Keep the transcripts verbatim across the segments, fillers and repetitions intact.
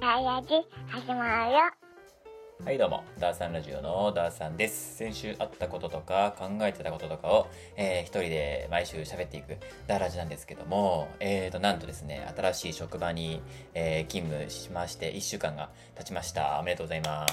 ダイヤジ始まるよ。 はいどうも、ダーさんラジオのダーさんです。先週あったこととか考えてたこととかを、えー、一人で毎週喋っていくダーラジなんですけども、えーと、なんとですね、新しい職場に、えー、勤務しまして、いっしゅうかんが経ちました。おめでとうございます。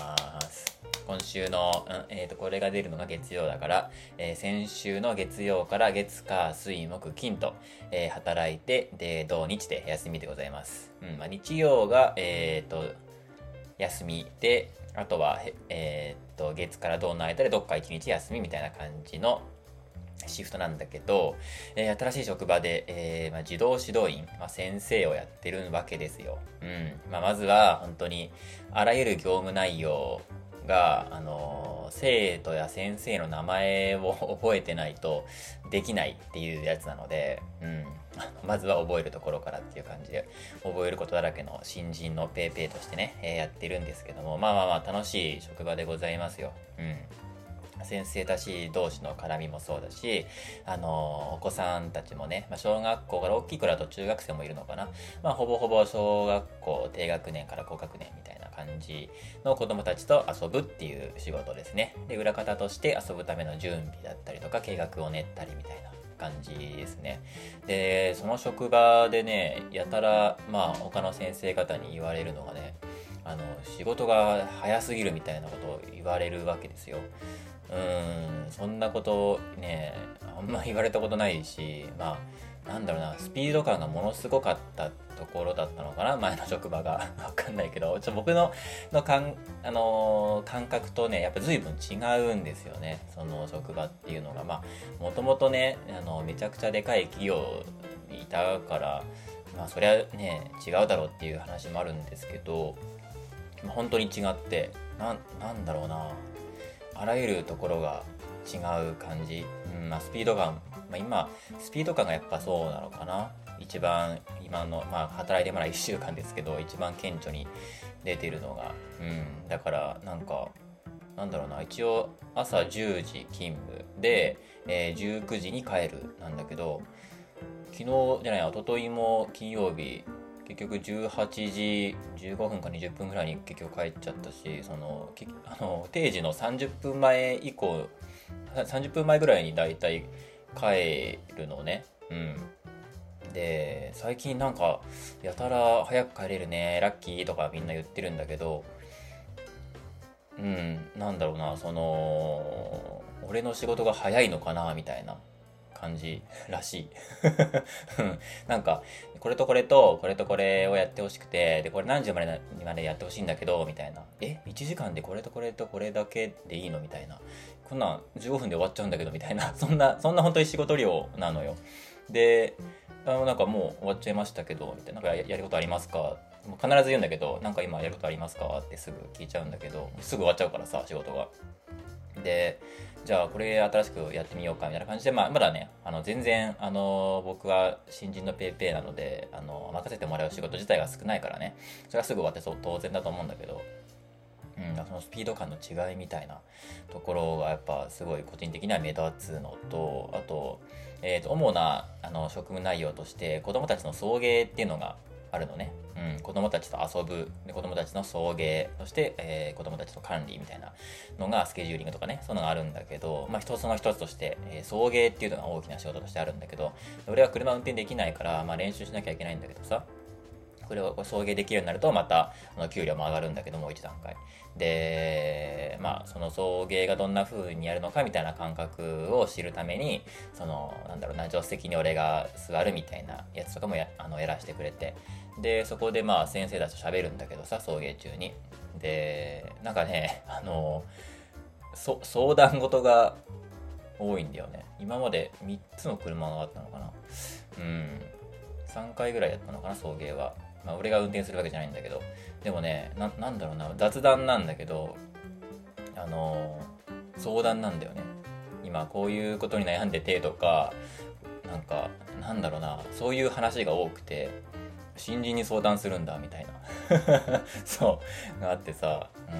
今週の、うんえーと、これが出るのが月曜だから、えー、先週の月曜から月火水木金と、えー、働いて、で、土日で休みでございます。うん、まあ、日曜が、えーと、休みで、あとは、えー、っと、月から土の間でどっか一日休みみたいな感じのシフトなんだけど、えー、新しい職場で、えーまあ、児童指導員、まあ、先生をやってるわけですよ。うん。まあ、まずは、本当に、あらゆる業務内容が、あのー、生徒や先生の名前を覚えてないとできないっていうやつなので、うん。まずは覚えるところからっていう感じで、覚えることだらけの新人のペーペーとしてね、えー、やってるんですけども、まあまあまあ楽しい職場でございますよ。うん。先生たち同士の絡みもそうだし、あのー、お子さんたちもね、まあ、小学校から大きい子だと中学生もいるのかな。まあ、ほぼほぼ小学校低学年から高学年みたいな感じの子供たちと遊ぶっていう仕事ですね。で、裏方として遊ぶための準備だったりとか、計画を練ったりみたいな感じですね。で、その職場でね、やたら、まあ、他の先生方に言われるのがね、あの、仕事が早すぎるみたいなことを言われるわけですよ。うーん、そんなことね、あんま言われたことないし、まあ、なんだろうな、スピード感がものすごかったところだったのかな、前の職場が。わかんないけど、ちょ僕の、のかん、あのー感覚とね、やっぱ随分違うんですよね、その職場っていうのが。まあ、もともとね、あの、めちゃくちゃでかい企業にいたから、まあ、そりゃね、違うだろうっていう話もあるんですけど、まあ本当に違って、な、なんだろうな、あらゆるところが違う感じ。うん、まあ、スピード感。まあ、今、スピード感がやっぱそうなのかな。一番、今の、まあ、働いてまだいっしゅうかんですけど、一番顕著に出てるのが。うん、だから、なんか、なんだろうな、一応、朝じゅうじ勤務で、えー、じゅうくじに帰るなんだけど、昨日じゃない、一昨日も金曜日、結局じゅうはちじじゅうごふんかにじゅっぷんぐらいに結局帰っちゃったし、その、あの定時のさんじゅっぷんまえ以降、さんじゅっぷんまえぐらいにだいたい帰るのね。うん。で、最近なんか、やたら早く帰れるね、ラッキーとかみんな言ってるんだけど、うん、なんだろうな、その、俺の仕事が早いのかな、みたいな感じらしい。なんか、これとこれと、これとこれをやってほしくて、で、これ何時までにまでやってほしいんだけど、みたいな。え ?いち 時間でこれとこれとこれだけでいいのみたいな。こんなんじゅうごふんで終わっちゃうんだけど、みたいな。そんな、そんな本当に仕事量なのよ。で、あの、なんかもう終わっちゃいましたけど、みたいな。なんかややることありますか？もう必ず言うんだけど、なんか今やることありますかってすぐ聞いちゃうんだけど、すぐ終わっちゃうからさ、仕事が。で、じゃあこれ新しくやってみようかみたいな感じで、まあ、まだね、あの、全然、あの、僕は新人のペイペイなので、あの、任せてもらう仕事自体が少ないからね、それはすぐ終わってそう当然だと思うんだけど、うん、そのスピード感の違いみたいなところがやっぱすごい個人的には目立つのと、あと、えっと、主なあの職務内容として子供たちの送迎っていうのがあるのね。うん、子供たちと遊ぶ、で子供たちの送迎、そして、えー子供たちの管理みたいなのがスケジューリングとかね、そういうのがあるんだけど、まあ一つの一つとして、えー送迎っていうのが大きな仕事としてあるんだけど、俺は車運転できないから、まあ練習しなきゃいけないんだけどさ、これを送迎できるようになると、また、あの、給料も上がるんだけども、一段階。で、まあ、その送迎がどんな風にやるのかみたいな感覚を知るために、その、なんだろうな、助手席に俺が座るみたいなやつとかもや、あの、やらしてくれて。で、そこでまあ、先生たちと喋るんだけどさ、送迎中に。で、なんかね、あの、そ、相談事が多いんだよね。今までみっつの車があったのかな。うん。さんかいぐらいやったのかな、送迎は。まあ、俺が運転するわけじゃないんだけど。でもね、な、なんだろうな、雑談なんだけど、あのー相談なんだよね。今、こういうことに悩んでてとか、なんか、なんだろうな、そういう話が多くて、新人に相談するんだ、みたいな。そう、があってさ、うん、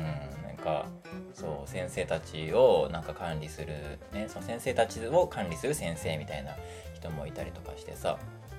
なんか、そう、先生たちをなんか管理する、ね、その先生たちを管理する先生みたいな人もいたりとかしてさ、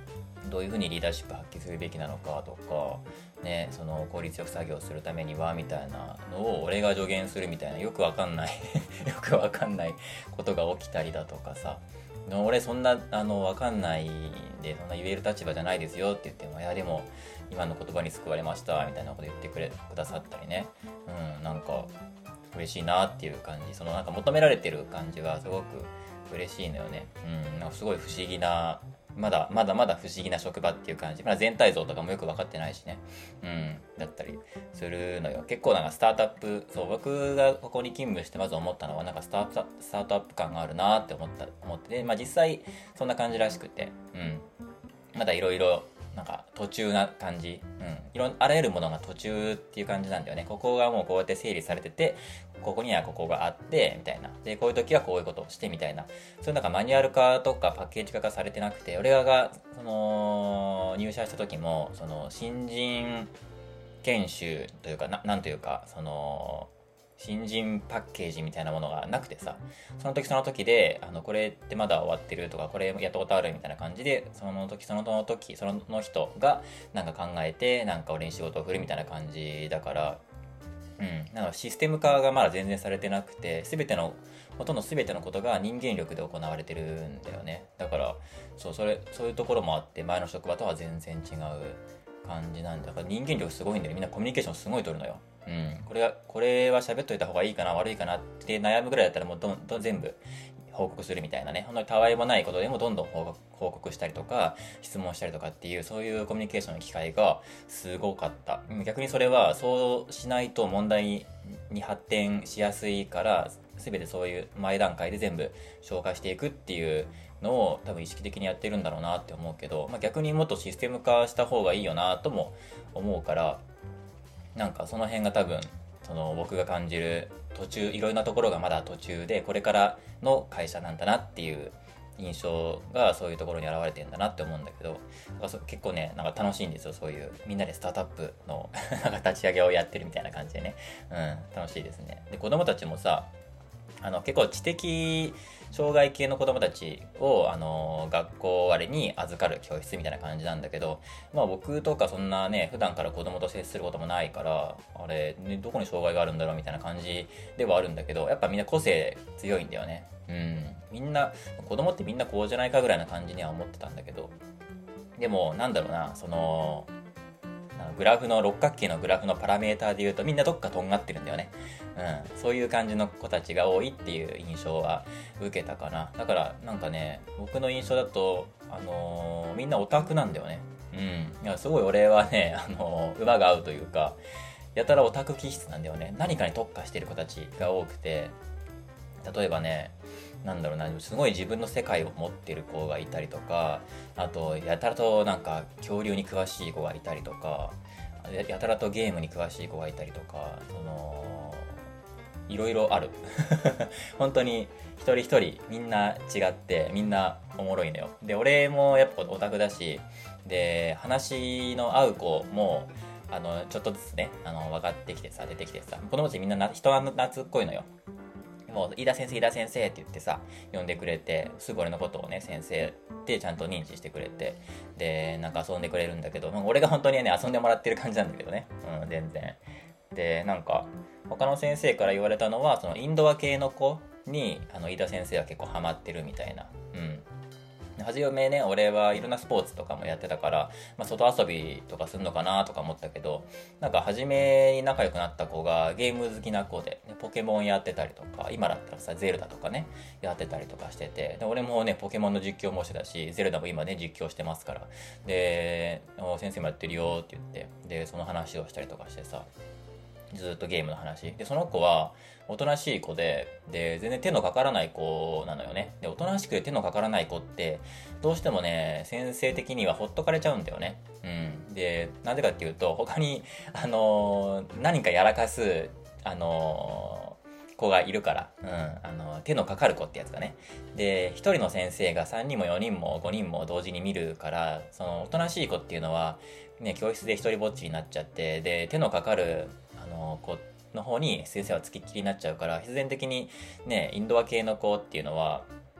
どういうふうにリーダーシップ発揮するべきなのかとか、ね、その効率よく作業するためにはみたいなのを俺が助言するみたいな、よくわかんないよくわかんないことが起きたりだとかさ、俺そんなあのわかんないんでそんな言える立場じゃないですよって言っても、いやでも今の言葉に救われましたみたいなこと言ってくれくださったりね、うん、なんか嬉しいなっていう感じ、そのなんか求められてる感じがすごく嬉しいのよね。うん、なんかすごい不思議な、まだまだまだ不思議な職場っていう感じ、まあ、全体像とかもよく分かってないしね、うん、だったりするのよ。結構なんかスタートアップ、そう僕がここに勤務してまず思ったのはなんかスタートスタートアップ感があるなって思った思ってて、まあ実際そんな感じらしくて、うん、まだいろいろなんか途中な感じ、うん、いろんあらゆるものが途中っていう感じなんだよね。ここがもうこうやって整理されてて、ここにはここがあってみたいな、でこういう時はこういうことをしてみたいな、そういうなんかマニュアル化とかパッケージ化がされてなくて、俺らがその入社した時もその新人研修というか な, なんというかその新人パッケージみたいなものがなくてさ、その時その時であのこれってまだ終わってるとか、これやったことあるみたいな感じで、その時その時その人がなんか考えてなんか俺に仕事を振るみたいな感じだから、うん、なんかシステム化がまだ全然されてなくて、全てのほとんど全てのことが人間力で行われてるんだよね。だからそうそれそういうところもあって、前の職場とは全然違う感じなんだ。だから人間力すごいんだよね。みんなコミュニケーションすごい取るのよ。うん、これはこれは喋っといた方がいいかな悪いかなって悩むぐらいだったらもうどんどん全部報告するみたいなね、本当にたわいもないことでもどんどん報告報告したりとか質問したりとかっていう、そういうコミュニケーションの機会がすごかった。逆にそれはそうしないと問題に発展しやすいから、全てそういう前段階で全部紹介していくっていうのを多分意識的にやってるんだろうなって思うけど、まあ、逆にもっとシステム化した方がいいよなとも思うから、なんかその辺が多分その僕が感じる途中、いろんなところがまだ途中でこれからの会社なんだなっていう印象がそういうところに現れてるんだなって思うんだけど、結構ねなんか楽しいんですよ。そういうみんなでスタートアップのなんか立ち上げをやってるみたいな感じでね、うん、楽しいですね。で子供たちもさ、あの結構知的障害系の子供たちをあの学校終わりに預かる教室みたいな感じなんだけど、まあ僕とかそんなね普段から子供と接することもないから、あれ、ね、どこに障害があるんだろうみたいな感じではあるんだけど、やっぱみんな個性強いんだよね。うん、みんな子供ってみんなこうじゃないかぐらいな感じには思ってたんだけど、でもなんだろうな、そのグラフの六角形のグラフのパラメーターで言うとみんなどっかとんがってるんだよね。うん、そういう感じの子たちが多いっていう印象は受けたかな。だからなんかね、僕の印象だと、あのー、みんなオタクなんだよね。うん、いやすごい俺はね、あのー、馬が合うというか、やたらオタク気質なんだよね。何かに特化してる子たちが多くて、例えばね、なんだろうな、すごい自分の世界を持ってる子がいたりとか、あとやたらとなんか恐竜に詳しい子がいたりとか、ややたらとゲームに詳しい子がいたりとか、そのいろいろある本当に一人一人みんな違って、みんなおもろいのよ。で俺もやっぱオタクだし、で話の合う子もあのちょっとずつね、あの分かってきてさ、出てきてさ、子供たちみんなな人は懐っこいのよ。もう飯田先生飯田先生って言ってさ呼んでくれて、すぐ俺のことをね先生ってちゃんと認知してくれて、でなんか遊んでくれるんだけど、俺が本当にね遊んでもらってる感じなんだけどね、うん、全然。でなんか他の先生から言われたのは、そのインドア系の子にあの飯田先生は結構ハマってるみたいな。うんはじめね、俺はいろんなスポーツとかもやってたから、まあ、外遊びとかするのかなとか思ったけど、なんか初めに仲良くなった子がゲーム好きな子で、ね、ポケモンやってたりとか、今だったらさゼルダとかねやってたりとかしてて、で俺もねポケモンの実況もしてたし、ゼルダも今ね実況してますから、で先生もやってるよって言って、でその話をしたりとかしてさ、ずっとゲームの話で、その子はおとなしい子で、で全然手のかからない子なのよね。でおとなしくて手のかからない子ってどうしてもね先生的にはほっとかれちゃうんだよね。うん、でなぜかっていうと、他にあのー、何かやらかすあのー、子がいるから、うん、あのー、手のかかる子ってやつだね。でひとりの先生がさんにんもよにんもごにんも同時に見るから、そのおとなしい子っていうのはね教室で一人ぼっちになっちゃって、で手のかかるあの子の方に先生はつきっきりになっちゃうから、必然的にねインドア系の子っていうのは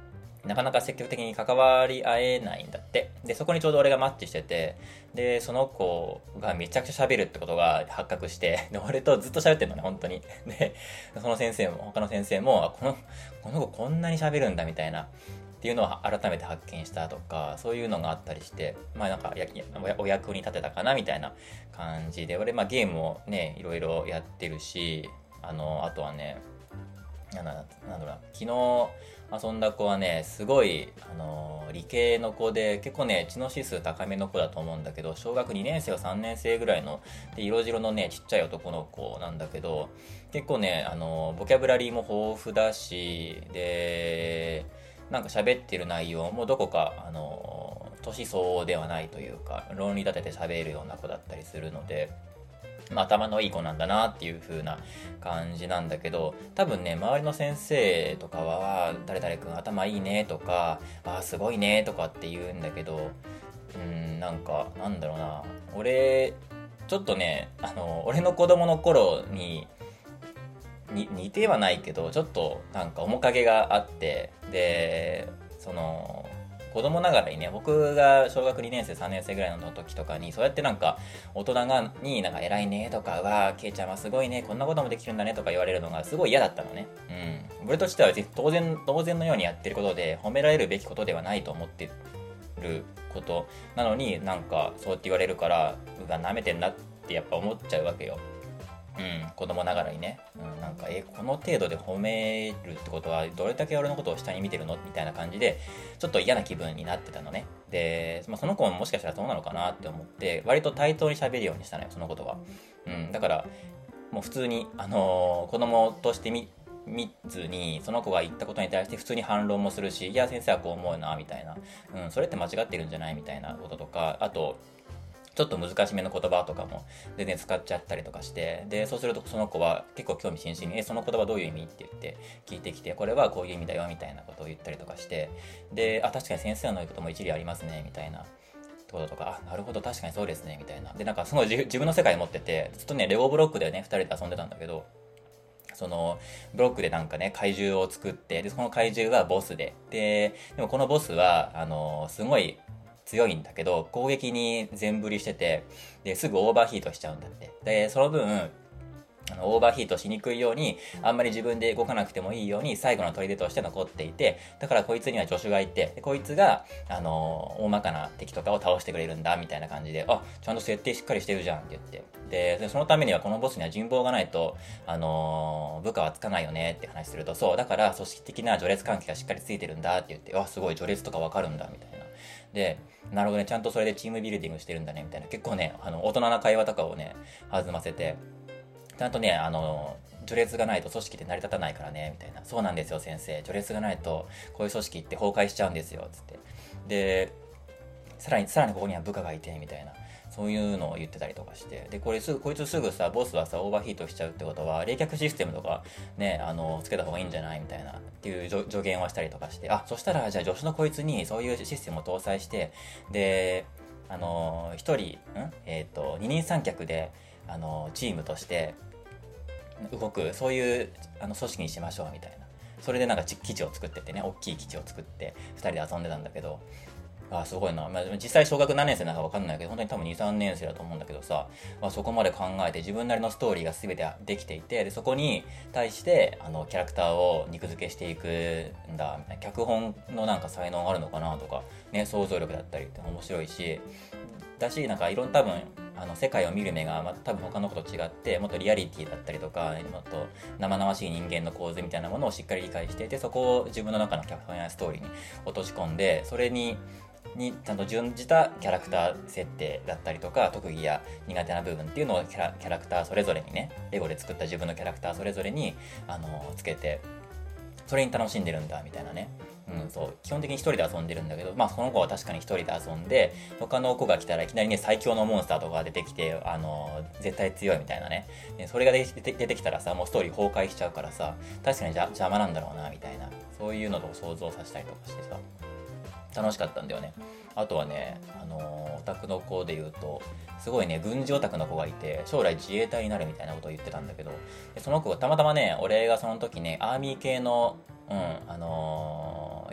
なかなか積極的に関わり合えないんだって。で、そこにちょうど俺がマッチしてて、で、その子がめちゃくちゃ喋るってことが発覚して、で、俺とずっと喋ってんのね、本当に。で、その先生も、他の先生も、あこの、この子こんなに喋るんだみたいな、っていうのを改めて発見したとか、そういうのがあったりして、まあなんかやお、お役に立てたかなみたいな感じで、俺、まあゲームをね、いろいろやってるし、あの、あとはね、なんだなんだろうな、昨日遊んだ子はね、すごい、あのー理系の子で、結構ね、知能指数高めの子だと思うんだけど、小学にねん生かさんねん生ぐらいの、で、色白のね、ちっちゃい男の子なんだけど、結構ね、あのーボキャブラリーも豊富だし、で、なんか喋ってる内容もどこか、あのー年相応ではないというか、論理立てて喋るような子だったりするので、まあ、頭のいい子なんだなっていう風な感じなんだけど、多分ね、周りの先生とかは、誰々君頭いいねとか、あーすごいねとかって言うんだけど、うん、なんか、なんだろうな、俺、ちょっとね、あの、俺の子供の頃に、に似てはないけど、ちょっとなんか面影があって、で、その、子供ながらにね、僕が小学にねん生、さんねん生ぐらいの時とかに、そうやってなんか、大人が、になんか偉いねとか、わー、ケイちゃんはすごいね、こんなこともできるんだねとか言われるのがすごい嫌だったのね。うん。俺としては当然、当然のようにやってることで、褒められるべきことではないと思ってることなのに、なんか、そうやって言われるから、うわ、舐めてんなってやっぱ思っちゃうわけよ。うん、子供ながらにね、うん、なんか、え、この程度で褒めるってことは、どれだけ俺のことを下に見てるのみたいな感じで、ちょっと嫌な気分になってたのね。で、まあ、その子ももしかしたらそうなのかなって思って、割と対等に喋るようにしたのよ、そのことは。うん、だから、もう普通に、あのー子供として見、見ずに、その子が言ったことに対して普通に反論もするし、いや、先生はこう思うな、みたいな。うん、それって間違ってるんじゃないみたいなこととか、あと、ちょっと難しめの言葉とかも全然使っちゃったりとかして、で、そうするとその子は結構興味津々に、え、その言葉どういう意味って言って聞いてきて、これはこういう意味だよみたいなことを言ったりとかして、で、あ、確かに先生の言うことも一理ありますね、みたいなこととか、あ、なるほど、確かにそうですね、みたいな。で、なんかすごい自自分の世界持ってて、ずっとね、レゴブロックでね、二人で遊んでたんだけど、そのブロックでなんかね怪獣を作って、でその怪獣はボスで、ででもこのボスはあのすごい強いんだけど攻撃に全振りしてて、ですぐオーバーヒートしちゃうんだって。でその分あのオーバーヒートしにくいように、あんまり自分で動かなくてもいいように最後の砦として残っていて、だからこいつには助手がいて、でこいつがあの大まかな敵とかを倒してくれるんだみたいな感じで、あ、ちゃんと設定しっかりしてるじゃんって言って、でそのためにはこのボスには人望がないと、あの部下はつかないよねって話すると、そうだから組織的な序列関係がしっかりついてるんだって言って、あ、すごい序列とかわかるんだみたいな。で、なるほどね、ちゃんとそれでチームビルディングしてるんだねみたいな、結構ね、あの大人な会話とかをね弾ませて、ちゃんとね、あの、序列がないと組織って成り立たないからね、みたいな。そうなんですよ、先生。序列がないと、こういう組織って崩壊しちゃうんですよ、つって。で、さらに、さらにここには部下がいて、みたいな。そういうのを言ってたりとかして。で、これすぐ、こいつすぐさ、ボスはさ、オーバーヒートしちゃうってことは、冷却システムとか、ね、あの、つけた方がいいんじゃないみたいな。っていう助助言をしたりとかして。あ、そしたら、じゃあ助手のこいつに、そういうシステムを搭載して、で、あの、一人、んえっ、と、二人三脚で、あの、チームとして、動くそういうあの組織にしましょうみたいな。それでなんか基地を作ってってね、大きい基地を作ってふたりで遊んでたんだけど、あ、すごいな、まあ、実際小学何年生なのか分かんないけど、本当に多分に、さんねん生だと思うんだけどさ、まあ、そこまで考えて自分なりのストーリーが全てできていて、でそこに対してあのキャラクターを肉付けしていくんだみたいな、脚本のなんか才能があるのかなとかね、想像力だったりって面白いし、だし、なんかいろんな多分あの世界を見る目が、まあ、多分他の子と違ってもっとリアリティだったりとか、もっと生々しい人間の構図みたいなものをしっかり理解していて、そこを自分の中のキャラクターやストーリーに落とし込んで、それににちゃんと準じたキャラクター設定だったりとか、特技や苦手な部分っていうのをキャラキャラクターそれぞれにね、レゴで作った自分のキャラクターそれぞれにあのつけて、それに楽しんでるんだみたいなね。うん、そう基本的に一人で遊んでるんだけど、まあその子は確かに一人で遊んで、他の子が来たらいきなりね最強のモンスターとかが出てきて、あの絶対強いみたいなね、それが出て出てきたらさ、もうストーリー崩壊しちゃうからさ、確かにじゃ邪魔なんだろうなみたいな、そういうのを想像させたりとかしてさ、楽しかったんだよね。あとはね、あのー、オタクの子で言うと、すごいね、軍事オタクの子がいて、将来自衛隊になるみたいなことを言ってたんだけど、でその子がたまたまね、俺がその時ね、アーミー系の、うん、あのー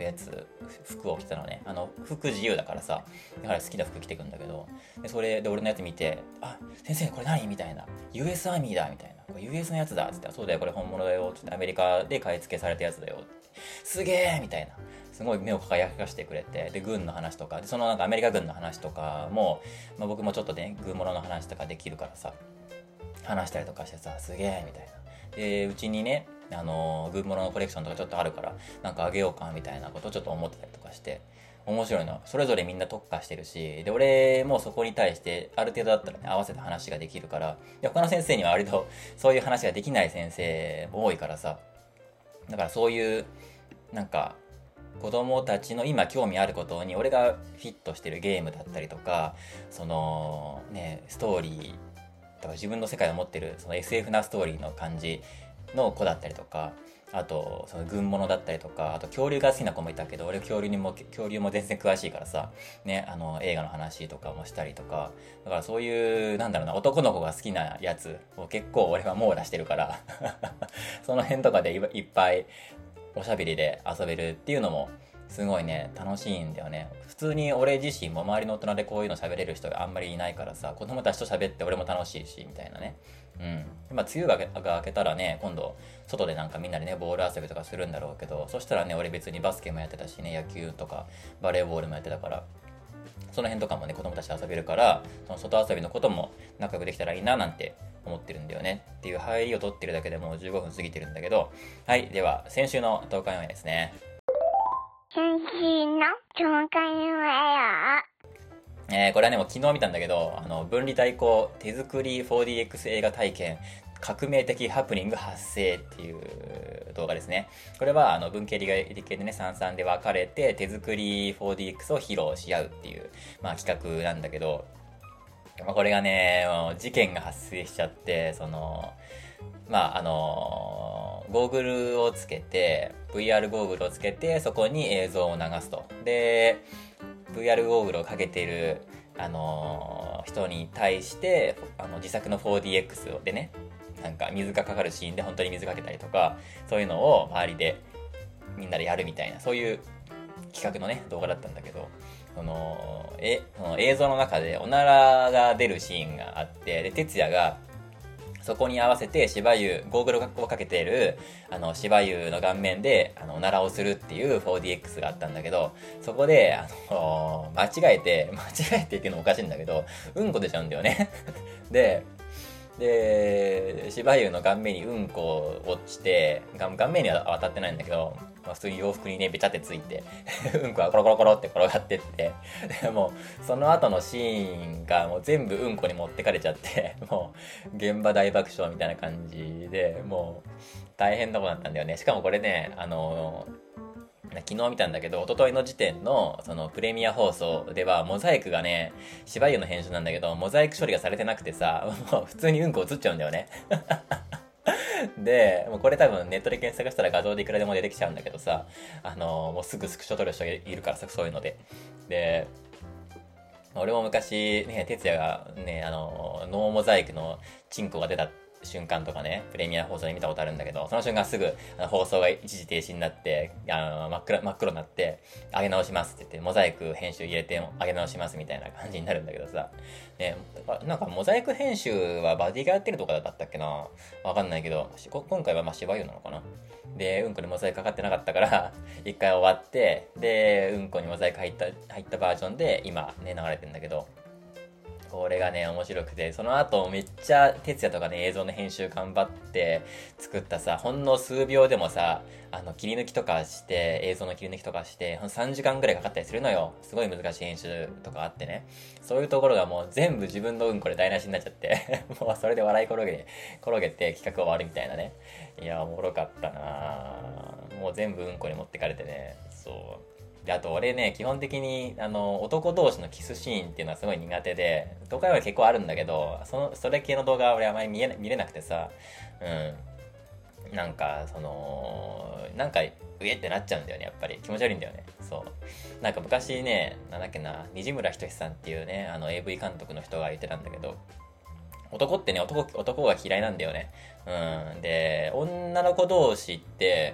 やつ、服を着たのね。あの、服自由だからさ、だから好きな服着てくんだけど、で、それで俺のやつ見て、あ、先生これ何みたいな。ユーエス アーミーだみたいな。これ ユーエス のやつだつって、そうだよ、これ本物だよ。つって、アメリカで買い付けされたやつだよ。すげえみたいな。すごい目を輝かしてくれて、で、軍の話とか、で、そのなんかアメリカ軍の話とかも、まあ、僕もちょっとね、軍物の話とかできるからさ、話したりとかしてさ、すげえみたいな。で、うちにね、あのー、軍物のコレクションとかちょっとあるから、なんかあげようかみたいなことをちょっと思ってたりとかして、面白いの。それぞれみんな特化してるし、で、俺もそこに対して、ある程度だったらね、合わせた話ができるから、で、他の先生には割とそういう話ができない先生も多いからさ、だからそういう、なんか、子供たちの今興味あることに俺がフィットしてるゲームだったりとか、そのね、ストーリーとか自分の世界を持ってるその エスエフ なストーリーの感じの子だったりとか、あとその軍物だったりとか、あと恐竜が好きな子もいたけど、俺恐竜にも恐竜も全然詳しいからさ、ね、あの映画の話とかもしたりとか、だからそういうなんだろうな、男の子が好きなやつを結構俺は網羅してるからその辺とかでいっぱいおしゃべりで遊べるっていうのもすごいね、楽しいんだよね。普通に俺自身も周りの大人でこういうの喋れる人があんまりいないからさ、子供たちと喋って俺も楽しいし、みたいなね。うん。まあ、梅雨がが明けたらね、今度、外でなんかみんなでね、ボール遊びとかするんだろうけど、そしたらね、俺別にバスケもやってたしね、野球とかバレーボールもやってたから、その辺とかもね、子供たちと遊べるから、その外遊びのことも仲良くできたらいいななんて思ってるんだよね。っていう入りを取ってるだけでもうじゅうごふん過ぎてるんだけど、はい、では、先週の東海オンエアですね。 先週の東海オンエア。 えー、これはね、もう昨日見たんだけど、あの、分離対抗手作り フォーディーエックス 映画体験、革命的ハプニング発生っていう動画ですね。これは、あの、文系理理系でね、三々で分かれて、手作り フォーディーエックス を披露し合うっていう、まあ企画なんだけど、まあ、これがね、もう事件が発生しちゃって、その、まあ、あのー、ゴーグルをつけて、ブイアール ゴーグルをつけて、そこに映像を流すと。で、ブイアール ゴーグルをかけている、あのー、人に対して、あの、自作の フォーディーエックス でね、なんか水がかかるシーンで本当に水かけたりとか、そういうのを周りでみんなでやるみたいな、そういう企画のね、動画だったんだけど、その、え、その映像の中でおならが出るシーンがあって、で、哲也が、そこに合わせて芝生、ゴーグルをかけている、あの、芝生の顔面で、あの、おならをするっていう フォーディーエックス があったんだけど、そこで、あの、間違えて、間違えてっていうのもおかしいんだけど、うんこ出ちゃうんだよね。で、で、芝生の顔面にうんこ落ちて、顔面には当たってないんだけど、まあ、普通に洋服にね、べちゃってついて、うんこがコロコロコロって転がってって、でもう、その後のシーンがもう全部うんこに持ってかれちゃって、もう、現場大爆笑みたいな感じで、もう、大変なことだったんだよね。しかもこれね、あの昨日見たんだけど、一昨日の時点の、そのプレミア放送では、モザイクがね、芝生の編集なんだけど、モザイク処理がされてなくてさ、もう普通にうんこ映っちゃうんだよね。で、もうこれ多分ネットで検索したら画像でいくらでも出てきちゃうんだけどさ、あの、もうすぐスクショ撮る人がいるからさ、そういうので。で、俺も昔、ね、哲也がね、あの、ノーモザイクのチンコが出た瞬間とかね、プレミア放送で見たことあるんだけど、その瞬間すぐあの放送が一時停止になって、あの真っ暗、真っ黒になって、上げ直しますって言って、モザイク編集入れて上げ直しますみたいな感じになるんだけどさ、ね、なんかモザイク編集はバディがやってるとかだったっけな、わかんないけど、今回はまあ芝居なのかな。で、うんこにモザイクかかってなかったから、一回終わって、で、うんこにモザイク入った、入ったバージョンで今ね、流れてんだけど、これがね、面白くて、その後めっちゃ、哲也とかね、映像の編集頑張って作ったさ、ほんの数秒でもさ、あの、切り抜きとかして、映像の切り抜きとかして、ほんさんじかんぐらいかかったりするのよ。すごい難しい編集とかあってね。そういうところがもう全部自分のうんこで台無しになっちゃって、もうそれで笑い転げ、転げて企画終わるみたいなね。いや、おもろかったなぁ。もう全部うんこに持ってかれてね、そう。で、あと俺ね、基本的に、あの、男同士のキスシーンっていうのはすごい苦手で、動画は結構あるんだけど、その、それ系の動画は俺あまり見え見れなくてさ、うん。なんか、その、なんか、うえってなっちゃうんだよね、やっぱり。気持ち悪いんだよね。そう。なんか昔ね、なんだっけな、西村仁さんっていうね、あの エーブイ 監督の人が言ってたんだけど、男ってね、男、男が嫌いなんだよね。うん。で、女の子同士って、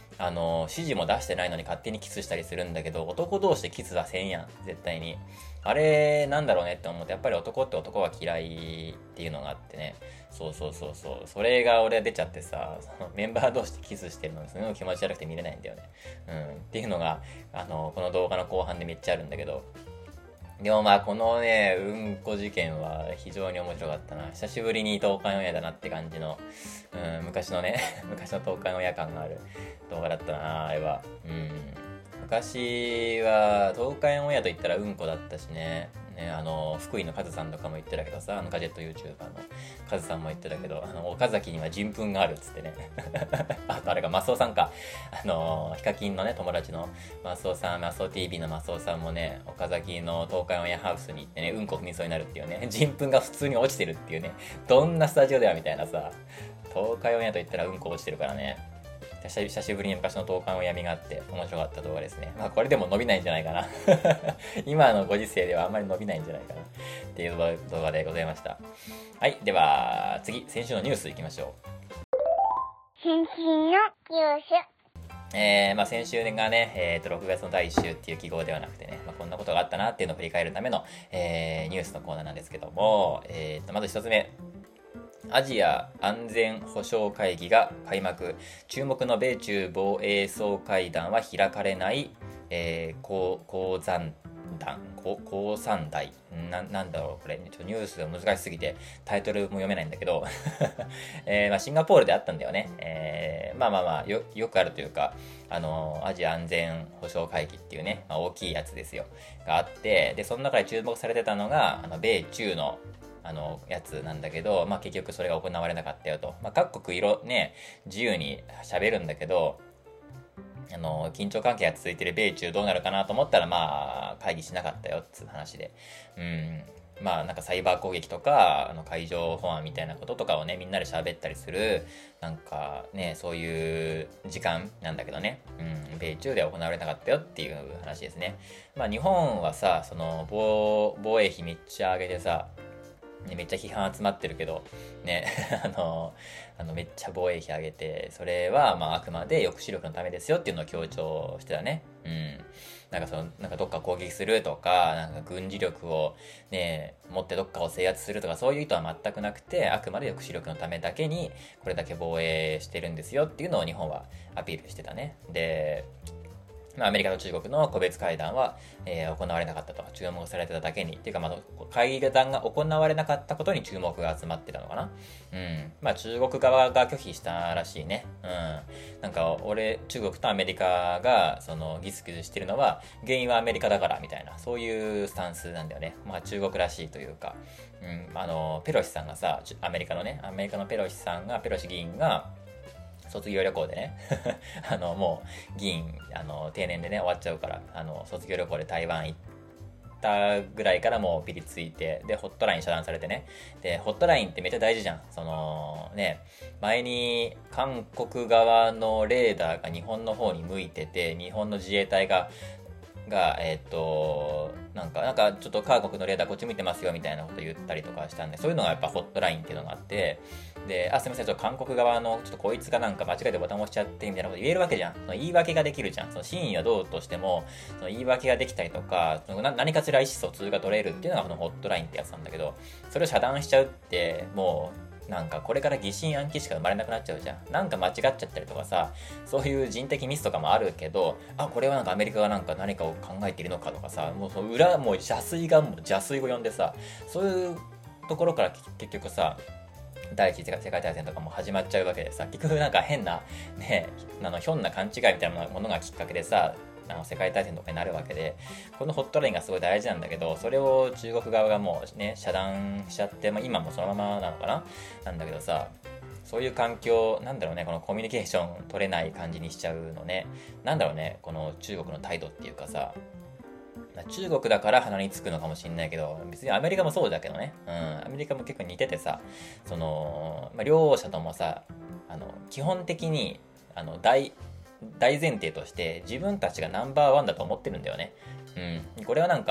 あの指示も出してないのに勝手にキスしたりするんだけど、男同士でキスはせんやん、絶対に。あれなんだろうねって思って、やっぱり男って男は嫌いっていうのがあってね。そうそうそうそう、それが俺出ちゃってさ、そのメンバー同士でキスしてるのがすごい気持ち悪くて見れないんだよね。うんっていうのがあのこの動画の後半でめっちゃあるんだけど、でもまあこのねうんこ事件は非常に面白かったな。久しぶりに東海オンエアだなって感じの、うん、昔のね昔の東海オンエア感がある動画だったな、あれは。うん、昔は東海オンエアと言ったらうんこだったしね。ね、あの福井のカズさんとかも言ってたけどさ、あのガジェット YouTuber のカズさんも言ってたけど、あの岡崎には人糞があるっつってねあとあれがマスオさんか、あのヒカキンのね友達のマスオさん、マスオ ティービー のマスオさんもね、岡崎の東海オンエアハウスに行ってね、うんこ踏みそうになるっていうね、人糞が普通に落ちてるっていうね、どんなスタジオだよみたいなさ。東海オンエアと言ったらうんこ落ちてるからね。久しぶりに昔の東海オンエア見があって面白かった動画ですね。まあこれでも伸びないんじゃないかな今のご時世ではあんまり伸びないんじゃないかなっていう動画でございました。はい、では次、先週のニュースいきましょう。 先週のニュース。 えー、まあ先週がね、えーと、ろくがつのだいいっ週っていう記号ではなくてね、まあ、こんなことがあったなっていうのを振り返るための、えー、ニュースのコーナーなんですけども、えーと、まず一つ目。アジア安全保障会議が開幕。注目の米中防衛総会談は開かれない、えー、鉱鉱山団、鉱山台な、なんだろうこれ、ちょっとニュースが難しすぎてタイトルも読めないんだけど、えーまあ、シンガポールであったんだよね。えー、まあまあまあ よ, よくあるというか、あのアジア安全保障会議っていうね、まあ、大きいやつですよがあって、でその中で注目されてたのがあの米中のあのやつなんだけど、まあ、結局それが行われなかったよと。まあ、各国色ね自由に喋るんだけど、あの緊張関係が続いてる米中どうなるかなと思ったら、まあ会議しなかったよっつう話で、うん、まあなんかサイバー攻撃とかあの海上保安みたいなこととかをねみんなで喋ったりするなんかねそういう時間なんだけどね、うん、米中では行われなかったよっていう話ですね。まあ日本はさその 防, 防衛費めっちゃ上げてさ、ね、めっちゃ批判集まってるけどねあのあのめっちゃ防衛費上げて、それはまああくまで抑止力のためですよっていうのを強調してたね。うん。なんかそのなんかどっか攻撃するとか、なんか軍事力をね持ってどっかを制圧するとかそういう意図は全くなくて、あくまで抑止力のためだけにこれだけ防衛してるんですよっていうのを日本はアピールしてたね。で。まあ、アメリカと中国の個別会談は、えー、行われなかったと。注目されてただけに。っていうか、まあ、会談が行われなかったことに注目が集まってたのかな。うん。まあ、中国側が拒否したらしいね。うん。なんか、俺、中国とアメリカが、その、ギスギスしてるのは、原因はアメリカだから、みたいな、そういうスタンスなんだよね。まあ、中国らしいというか。うん。あの、ペロシさんがさ、アメリカのね、アメリカのペロシさんが、ペロシ議員が、卒業旅行でねあのもう議員あの定年でね終わっちゃうから、あの卒業旅行で台湾行ったぐらいからもうピリついて、でホットライン遮断されてね、でホットラインってめっちゃ大事じゃん。そのね前に韓国側のレーダーが日本の方に向いてて、日本の自衛隊がが、えっと、なんか、なんか、ちょっと韓国のレーダーこっち見てますよみたいなこと言ったりとかしたんで、そういうのがやっぱホットラインっていうのがあって、で、あ、すみません、ちょっと韓国側の、ちょっとこいつがなんか間違えてボタン押しちゃってみたいなこと言えるわけじゃん。その言い訳ができるじゃん。その真意はどうとしても、その言い訳ができたりとか、その何かしら意思疎通が取れるっていうのがこのホットラインってやつなんだけど、それを遮断しちゃうって、もう、なんかこれから疑心暗鬼しか生まれなくなっちゃうじゃん。なんか間違っちゃったりとかさ、そういう人的ミスとかもあるけど、あ、これはなんかアメリカがなんか何かを考えているのかとかさ、もうその裏、もう邪推がもう邪推を呼んでさ、そういうところから結局さ、第一次世界大戦とかも始まっちゃうわけでさ、結局なんか変な、ね、あのひょんな勘違いみたいなものがきっかけでさ、あの世界大戦とかになるわけで、このホットラインがすごい大事なんだけど、それを中国側がもうね遮断しちゃって、まあ、今もそのままなのかななんだけどさ、そういう環境なんだろうね、このコミュニケーション取れない感じにしちゃうのね。なんだろうね、この中国の態度っていうかさ、中国だから鼻につくのかもしれないけど、別にアメリカもそうだけどね、うん、アメリカも結構似ててさ、その、まあ、両者ともさ、あの基本的にあの大大前提として自分たちがナンバーワンだと思ってるんだよね。うん、これはなんか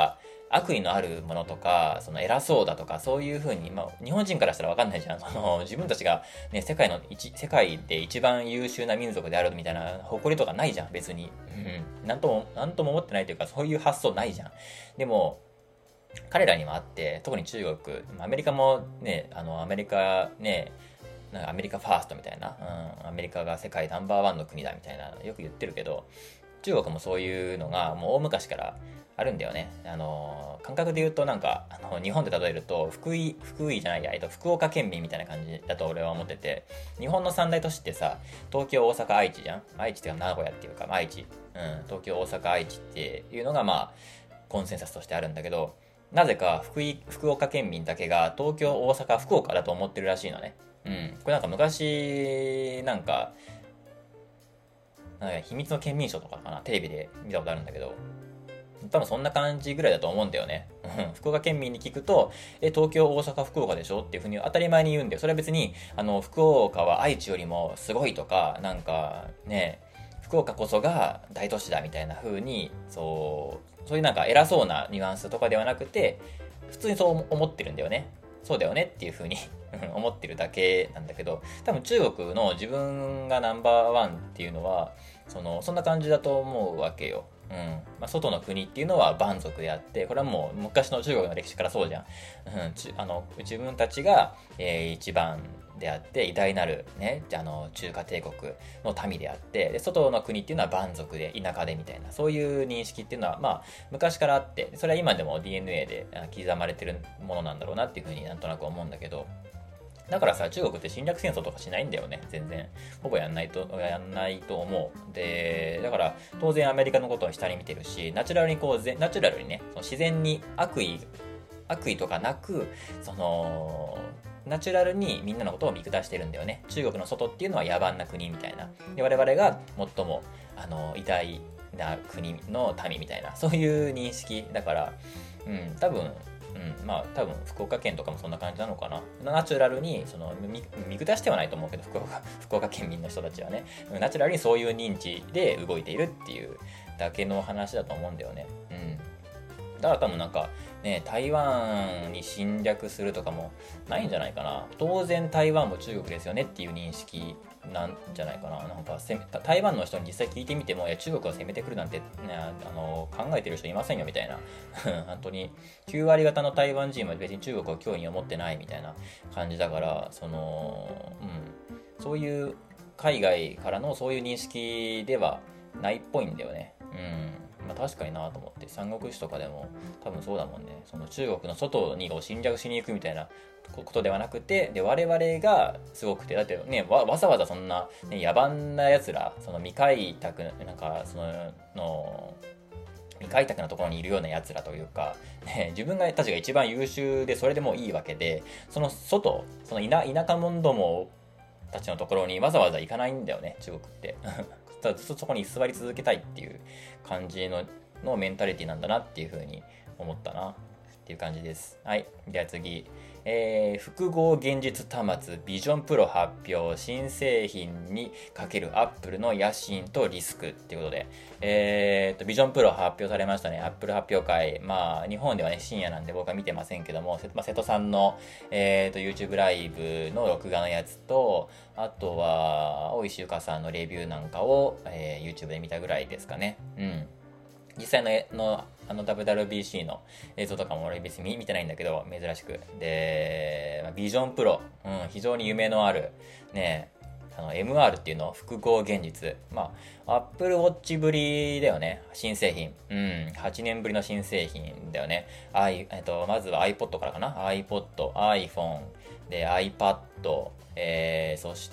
悪意のあるものとか、その偉そうだとか、そういう風に、まあ、日本人からしたらわかんないじゃん。その、自分たちがね、世界の一、世界で一番優秀な民族であるみたいな誇りとかないじゃん、別に。うん。なんとも、なんとも思ってないというか、そういう発想ないじゃん。でも、彼らにもあって、特に中国、アメリカもね、あの、アメリカね、なんかアメリカファーストみたいな、うん、アメリカが世界ナンバーワンの国だみたいな、よく言ってるけど、中国もそういうのがもう大昔からあるんだよね。あの、感覚で言うとなんか、あの、日本で例えると、福井、福井じゃないや、えっと、福岡県民みたいな感じだと俺は思ってて、日本の三大都市ってさ、東京、大阪、愛知じゃん。愛知っていうか名古屋っていうか、愛知。うん、東京、大阪、愛知っていうのがまあ、コンセンサスとしてあるんだけど、なぜか福井、福岡県民だけが東京、大阪、福岡だと思ってるらしいのね。うん。これなんか昔、なんか、なんか秘密の県民賞とかかな、テレビで見たことあるんだけど、多分そんな感じぐらいだと思うんだよね。福岡県民に聞くと、え、東京、大阪、福岡でしょっていうふうに当たり前に言うんだよ。それは別に、あの、福岡は愛知よりもすごいとか、なんかね、福岡こそが大都市だみたいな風に、そう、そういうなんか偉そうなニュアンスとかではなくて、普通にそう思ってるんだよね。そうだよねっていう風に思ってるだけなんだけど、多分中国の自分がナンバーワンっていうのは、その、そんな感じだと思うわけよ。うん。まあ、外の国っていうのは蛮族であって、これはもう昔の中国の歴史からそうじゃん。うん、ちあの自分たちが、えー、一番であって、偉大なるね、あの中華帝国の民であって、で、外の国っていうのは蛮族で、田舎でみたいな、そういう認識っていうのは、まあ、昔からあって、それは今でも ディーエヌエー で刻まれてるものなんだろうなっていうふうになんとなく思うんだけど、だからさ、中国って侵略戦争とかしないんだよね、全然。ほぼやんないと、やんないと思う。で、だから、当然アメリカのことを下に見てるし、ナチュラルにこう、ナチュラルにね、その自然に悪意、悪意とかなく、その、ナチュラルにみんなのことを見下してるんだよね。中国の外っていうのは野蛮な国みたいな。で、我々が最も、あの、偉大な国の民みたいな、そういう認識だから、うん、多分、うん、まあ多分福岡県とかもそんな感じなのかな。ナチュラルにその見見下してはないと思うけど、福岡福岡県民の人たちはね、ナチュラルにそういう認知で動いているっていうだけの話だと思うんだよね。うん。だから多分なんかね、台湾に侵略するとかもないんじゃないかな。当然台湾も中国ですよねっていう認識なんじゃないかな。なんか台湾の人に実際聞いてみても、いや中国が攻めてくるなんて、ね、あの考えてる人いませんよみたいな。本当にきゅう割方の台湾人は別に中国を脅威に思ってないみたいな感じだから、その、うん、そういう海外からのそういう認識ではないっぽいんだよね。うん。まあ、確かになと思って、三国志とかでも多分そうだもんね。その中国の外に侵略しに行くみたいなことではなくて、で我々がすごくて、だってね、わ, わざわざそんな、ね、野蛮なやつら、その未開拓なんかそのの未開拓なところにいるようなやつらというか、ね、自分がたちが一番優秀でそれでもいいわけで、その外、その田田舎者どもたちのところにわざわざ行かないんだよね、中国って。ずっとそこに居座り続けたいっていう感じののメンタリティなんだなっていう風に思ったなっていう感じです。はい。では次。えー、複合現実端末ビジョンプロ発表、新製品にかけるアップルの野心とリスクっていうことで、えーと、ビジョンプロ発表されましたね。アップル発表会。まあ、日本ではね、深夜なんで僕は見てませんけども、まあ、瀬戸さんの、えーと、YouTube ライブの録画のやつと、あとは、大石ゆかさんのレビューなんかを、えー、YouTube で見たぐらいですかね。うん。実際の、のあの ダブリューダブリュービーシー の映像とかも俺別に見てないんだけど、珍しく。で、ビジョンプロ、うん、非常に夢のある、ね、あの エムアール っていうの複合現実。まあ、Apple Watch ぶりだよね。新製品。うん、はちねんぶりの新製品だよね。I、えっと、まずは iPod からかな。iPod、iPhone、で、iPad、えー、そして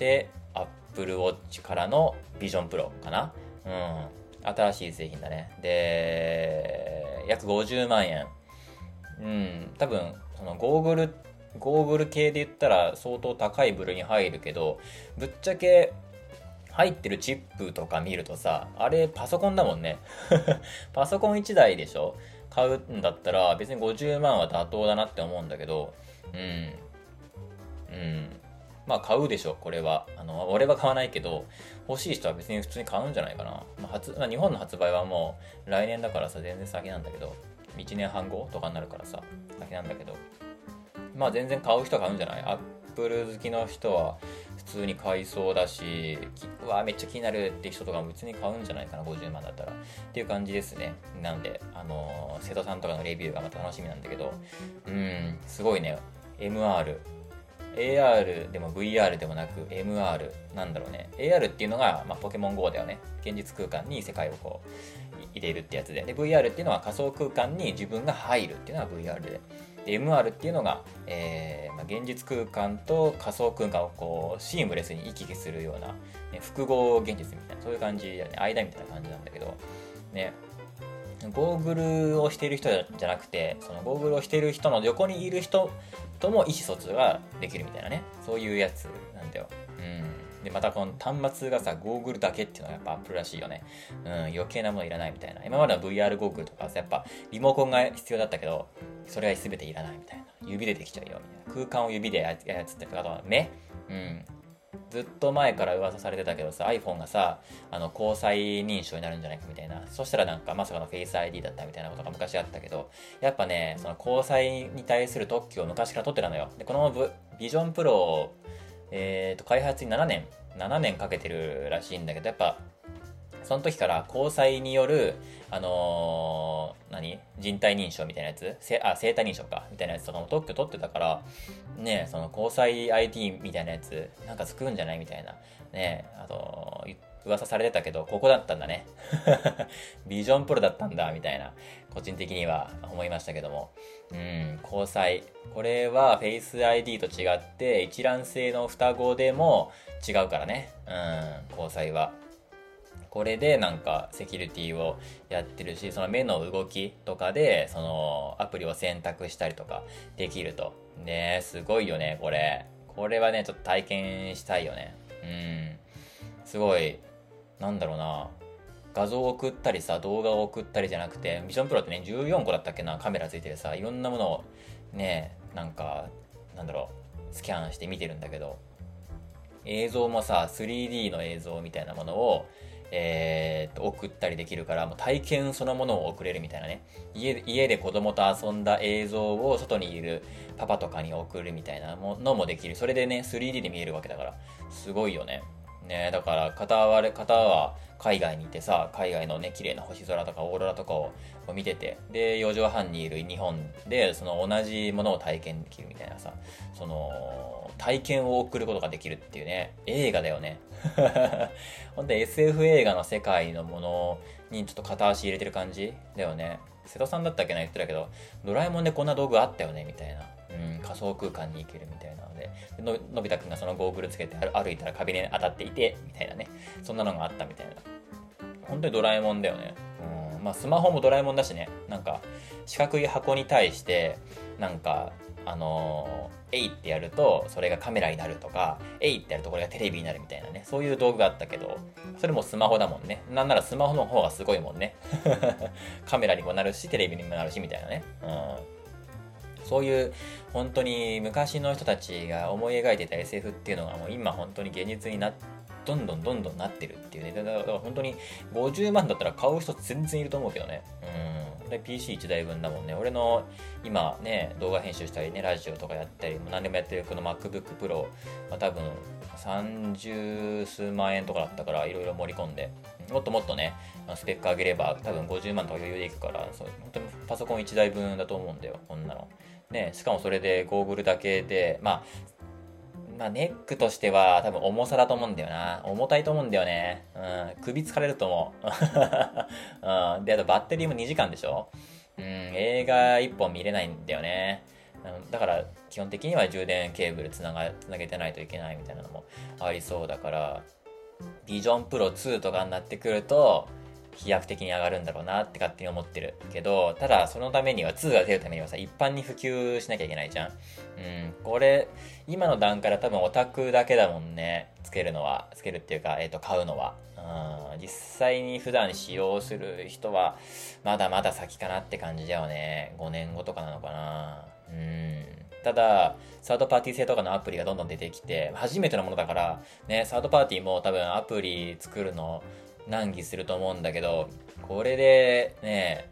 Apple Watch からのビジョンプロかな。うん。新しい製品だね。で、約ごじゅうまんえん。うん、多分、そのゴーグル、ゴーグル系で言ったら相当高い部類に入るけど、ぶっちゃけ入ってるチップとか見るとさ、あれパソコンだもんね。パソコンいちだいでしょ？買うんだったら別にごじゅうまんは妥当だなって思うんだけど、うん。うん。まあ買うでしょ、これは。あの、俺は買わないけど、欲しい人は別に普通に買うんじゃないかな。まあ、初まあ、日本の発売はもう来年だからさ、全然先なんだけど、 いちねんはんごとかになるからさ先なんだけど、まあ全然買う人は買うんじゃない？アップル好きの人は普通に買いそうだし、うわめっちゃ気になるって人とかも別に買うんじゃないかな、ごじゅうまんだったらっていう感じですね。なんであのー、瀬戸さんとかのレビューがまた楽しみなんだけど、うーんすごいね。 エムアールエーアール でも ブイアール でもなく エムアール なんだろうね。 エーアール っていうのが、まあ、ポケモン ゴー だよね。現実空間に世界をこう入れるってやつで、で ブイアール っていうのは仮想空間に自分が入るっていうのが ブイアール で、で エムアール っていうのが、えーまあ、現実空間と仮想空間をこうシームレスに行き来するような、ね、複合現実みたいな、そういう感じだよね。間みたいな感じなんだけどね。ゴーグルをしている人じゃなくて、そのゴーグルをしている人の横にいる人とも意思疎通ができるみたいなね、そういうやつなんだよ。うん。でまたこの端末がさ、ゴーグルだけっていうのがやっぱアップルらしいよね。うん、余計なものいらないみたいな。今までの ブイアール ゴーグルとかさ、やっぱリモコンが必要だったけど、それは全ていらないみたいな。指でできちゃうよみたいな。空間を指で操ってとか、あとは目、うん。ずっと前から噂されてたけどさ、 iPhone がさ、あの交際認証になるんじゃないかみたいな、そしたらなんかまさかのフェイス アイディー だったみたいなことが昔あったけど、やっぱね、その交際に対する特許を昔から取ってたのよ。でこのビジョンプロを、えー、と開発にななねんななねんかけてるらしいんだけど、やっぱその時から交際による、あのー、何人体認証みたいなやつ、せあ生体認証かみたいなやつとかも特許取ってたから、ね、その交際 アイディー みたいなやつなんか作るんじゃないみたいなね、あと噂されてたけど、ここだったんだね。ビジョンプロだったんだみたいな、個人的には思いましたけども、うん、交際、これはフェイス アイディー と違って一覧性の双子でも違うからね。うん、交際はこれでなんかセキュリティをやってるし、その目の動きとかでそのアプリを選択したりとかできるとね。すごいよねこれ。これはねちょっと体験したいよね。うん、すごい、なんだろうな、画像を送ったりさ、動画を送ったりじゃなくて、ビジョンプロってねじゅうよんこだったっけな、カメラついててさ、いろんなものをね、なんかなんだろう、スキャンして見てるんだけど、映像もさ スリーディー の映像みたいなものをえー、と送ったりできるから、もう体験そのものを送れるみたいなね。家家で子供と遊んだ映像を外にいるパパとかに送るみたいなのもできる。それでね スリーディー で見えるわけだから、すごいよね。ね、だから片割れ方は海外にいてさ、海外のね綺麗な星空とかオーロラとかを見てて、でよじょうはんにいる日本でその同じものを体験できるみたいなさ、その体験を送ることができるっていうね、映画だよね。ほんと エスエフ 映画の世界のものにちょっと片足入れてる感じだよね。瀬戸さんだったっけな、言ってたけど、ドラえもんでこんな道具あったよねみたいな、うん、仮想空間に行けるみたいなので、ののび太くんがそのゴーグルつけて歩いたら壁に当たっていてみたいなね、そんなのがあったみたいな。本当にドラえもんだよね。うん、まあスマホもドラえもんだしね。なんか四角い箱に対してなんかあのー、えいってやるとそれがカメラになるとか、えいってやるとこれがテレビになるみたいなね、そういう道具があったけど、それもスマホだもんね。なんならスマホの方がすごいもんね。カメラにもなるしテレビにもなるしみたいなね。うん、そういう本当に昔の人たちが思い描いてた エスエフ っていうのがもう今本当に現実になってどんどんどんどんなってるっていうね。だから本当にごじゅうまんだったら買う人全然いると思うけどね。うん。で ピーシーいち 台分だもんね。俺の今ね、動画編集したりね、ラジオとかやったり、何でもやってるこの MacBook Pro、まあ、多分さんじゅう数万円とかだったから、いろいろ盛り込んで、もっともっとね、スペック上げれば多分ごじゅうまんとか余裕でいくから、そう本当にパソコンいち台分だと思うんだよ、こんなの。ね、しかもそれでゴーグルだけで、まあ、まあ、ネックとしては多分重さだと思うんだよな。重たいと思うんだよね。うん、首疲れると思う。うん、で、あとバッテリーもにじかんでしょ。うん、映画いっぽん見れないんだよね。うん、だから基本的には充電ケーブルつながつなげてないといけないみたいなのもありそうだから、ビジョンプロツーとかになってくると飛躍的に上がるんだろうなって勝手に思ってるけど、ただそのためにはツーが出るためにはさ、一般に普及しなきゃいけないじゃん。うん、これ今の段階で多分オタクだけだもんね、つけるのは。つけるっていうか、えっと買うのは。うん、実際に普段使用する人はまだまだ先かなって感じだよね。ごねんごとかなのかな。うん、ただサードパーティー製とかのアプリがどんどん出てきて、初めてのものだからね、サードパーティーも多分アプリ作るの難儀すると思うんだけど、これでね、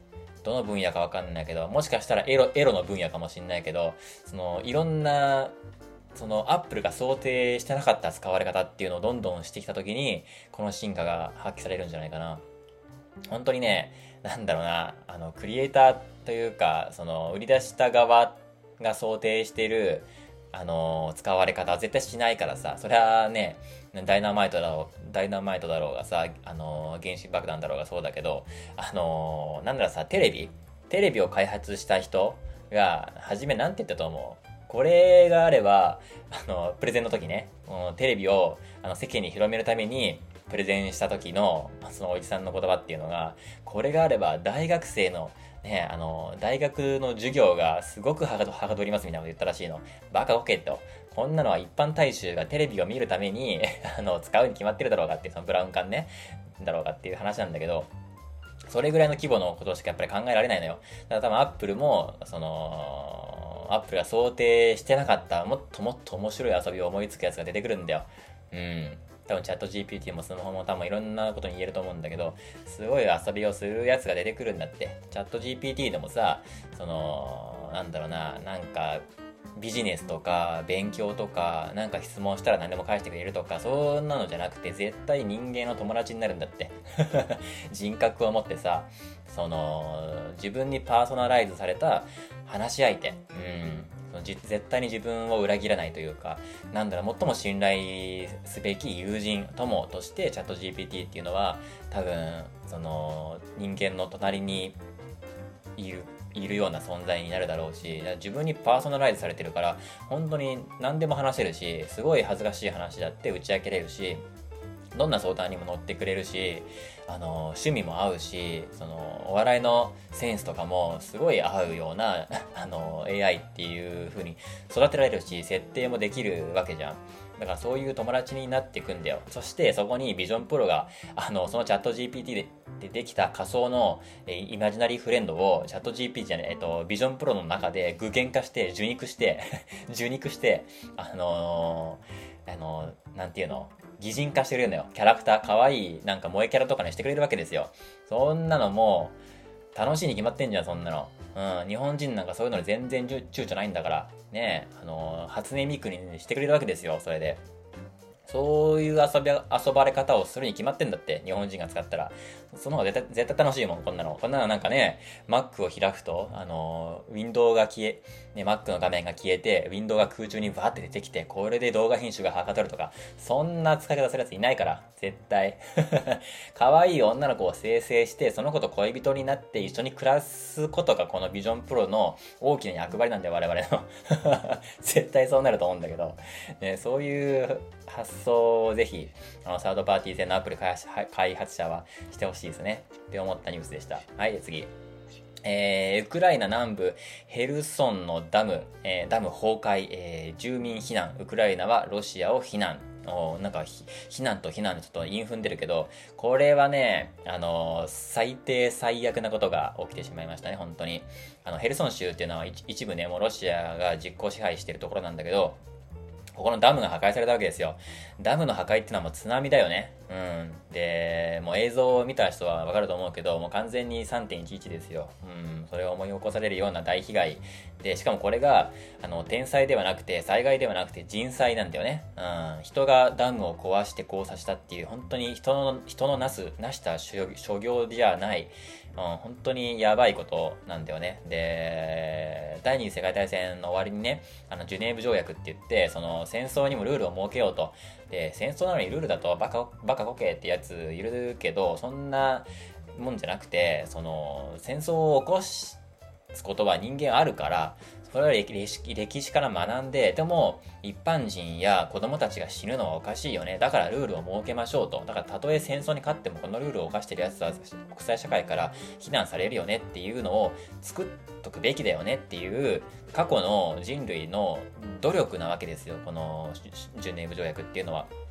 どの分野かわかんないけど、もしかしたらエロ、エロの分野かもしんないけど、その、いろんな、その、アップルが想定してなかった使われ方っていうのをどんどんしてきたときに、この進化が発揮されるんじゃないかな。本当にね、なんだろうな、あの、クリエイターというか、その、売り出した側が想定している、あの、使われ方は絶対しないからさ、それはね、ダイナマイトだろう、ダイナマイトだろうがさ、あの、原子爆弾だろうがそうだけど、あの、なんだろうさ、テレビテレビを開発した人が、はじめなんて言ったと思う？これがあれば、あの、プレゼンの時ね、テレビをあの世間に広めるために、プレゼンした時の、そのおじさんの言葉っていうのが、これがあれば大学生の、ね、あの、大学の授業がすごくはかど、はかどりますみたいなこと言ったらしいの。バカオケと。こんなのは一般大衆がテレビを見るために、あの、使うに決まってるだろうかっていう、そのブラウン管ね、だろうかっていう話なんだけど、それぐらいの規模のことしかやっぱり考えられないのよ。だから多分アップルも、その、アップルが想定してなかった、もっともっと面白い遊びを思いつくやつが出てくるんだよ。うん。多分チャット ジーピーティー もスマホも多分いろんなことに言えると思うんだけど、すごい遊びをするやつが出てくるんだって。チャット ジーピーティー でもさ、その、なんだろうな、なんか、ビジネスとか勉強とかなんか質問したら何でも返してくれるとかそんなのじゃなくて絶対人間の友達になるんだって人格を持ってさその自分にパーソナライズされた話し相手うんそのじ絶対に自分を裏切らないというかなんだろう最も信頼すべき友人友としてチャット ジーピーティー っていうのは多分その人間の隣にいるいるような存在になるだろうし自分にパーソナライズされてるから本当に何でも話せるしすごい恥ずかしい話だって打ち明けれるしどんな相談にも乗ってくれるしあの趣味も合うしそのお笑いのセンスとかもすごい合うようなあの エーアイ っていう風に育てられるし設定もできるわけじゃんだからそういう友達になっていくんだよ。そしてそこにビジョンプロが、あの、そのチャット ジーピーティー ででできた仮想の、えイマジナリーフレンドをチャット ジーピーティー じゃねえ、えっと、ビジョンプロの中で具現化して、受肉して、受肉して、あのー、あのー、なんていうの擬人化してくれるのよ。キャラクター、可愛いなんか萌えキャラとかにしてくれるわけですよ。そんなのもう、楽しいに決まってんじゃん、そんなの。うん、日本人なんかそういうのに全然躊躇ないんだから。ねえ、あのー、初音ミクにしてくれるわけですよ、それで。そういう遊び、遊ばれ方をするに決まってんだって、日本人が使ったら。その方が絶対、絶対楽しいもん、こんなの。こんなのなんかね、Mac を開くと、あの、ウィンドウが消え、ね、Mac の画面が消えて、ウィンドウが空中にバーって出てきて、これで動画編集がはかどるとか、そんな使い方するやついないから、絶対。可愛い女の子を生成して、その子と恋人になって一緒に暮らすことがこのビジョンプロの大きな役割なんだよ、我々の。絶対そうなると思うんだけど、ね、そういう発想をぜひ、あの、サードパーティー製のアプリ開発開発者はしてほしいですね。って思ったニュースでした。はい、次。えー、ウクライナ南部ヘルソンのダム、えー、ダム崩壊、えー、住民避難、ウクライナはロシアを非難。おなんか、避難と避難でちょっと韻踏んでるけど、これはね、あのー、最低最悪なことが起きてしまいましたね、本当に。あの、ヘルソン州っていうのは一部ね、もうロシアが実効支配してるところなんだけど、ここのダムが破壊されたわけですよ。ダムの破壊ってのはもう津波だよね。うん。で、もう映像を見た人はわかると思うけど、もう完全に さんてんいちいち ですよ。うん。それを思い起こされるような大被害。で、しかもこれが、あの、天災ではなくて、災害ではなくて人災なんだよね。うん。人がダムを壊して交差したっていう、本当に人の、人のなす、なした所業じゃない、うん、本当にやばいことなんだよね。で、第二次世界大戦の終わりにね、あの、ジュネーブ条約って言って、その、戦争にもルールを設けようと。で、戦争なのにルールだとバカ、バカこけってやついるけど、そんなもんじゃなくて、その、戦争を起こすことは人間あるから、それは歴史、歴史から学んで、でも、一般人や子供たちが死ぬのはおかしいよね。だからルールを設けましょうと。だからたとえ戦争に勝ってもこのルールを犯してる奴は国際社会から非難されるよねっていうのを作っとくべきだよねっていう過去の人類の努力なわけですよ。このジュネーブ条約っていうのは。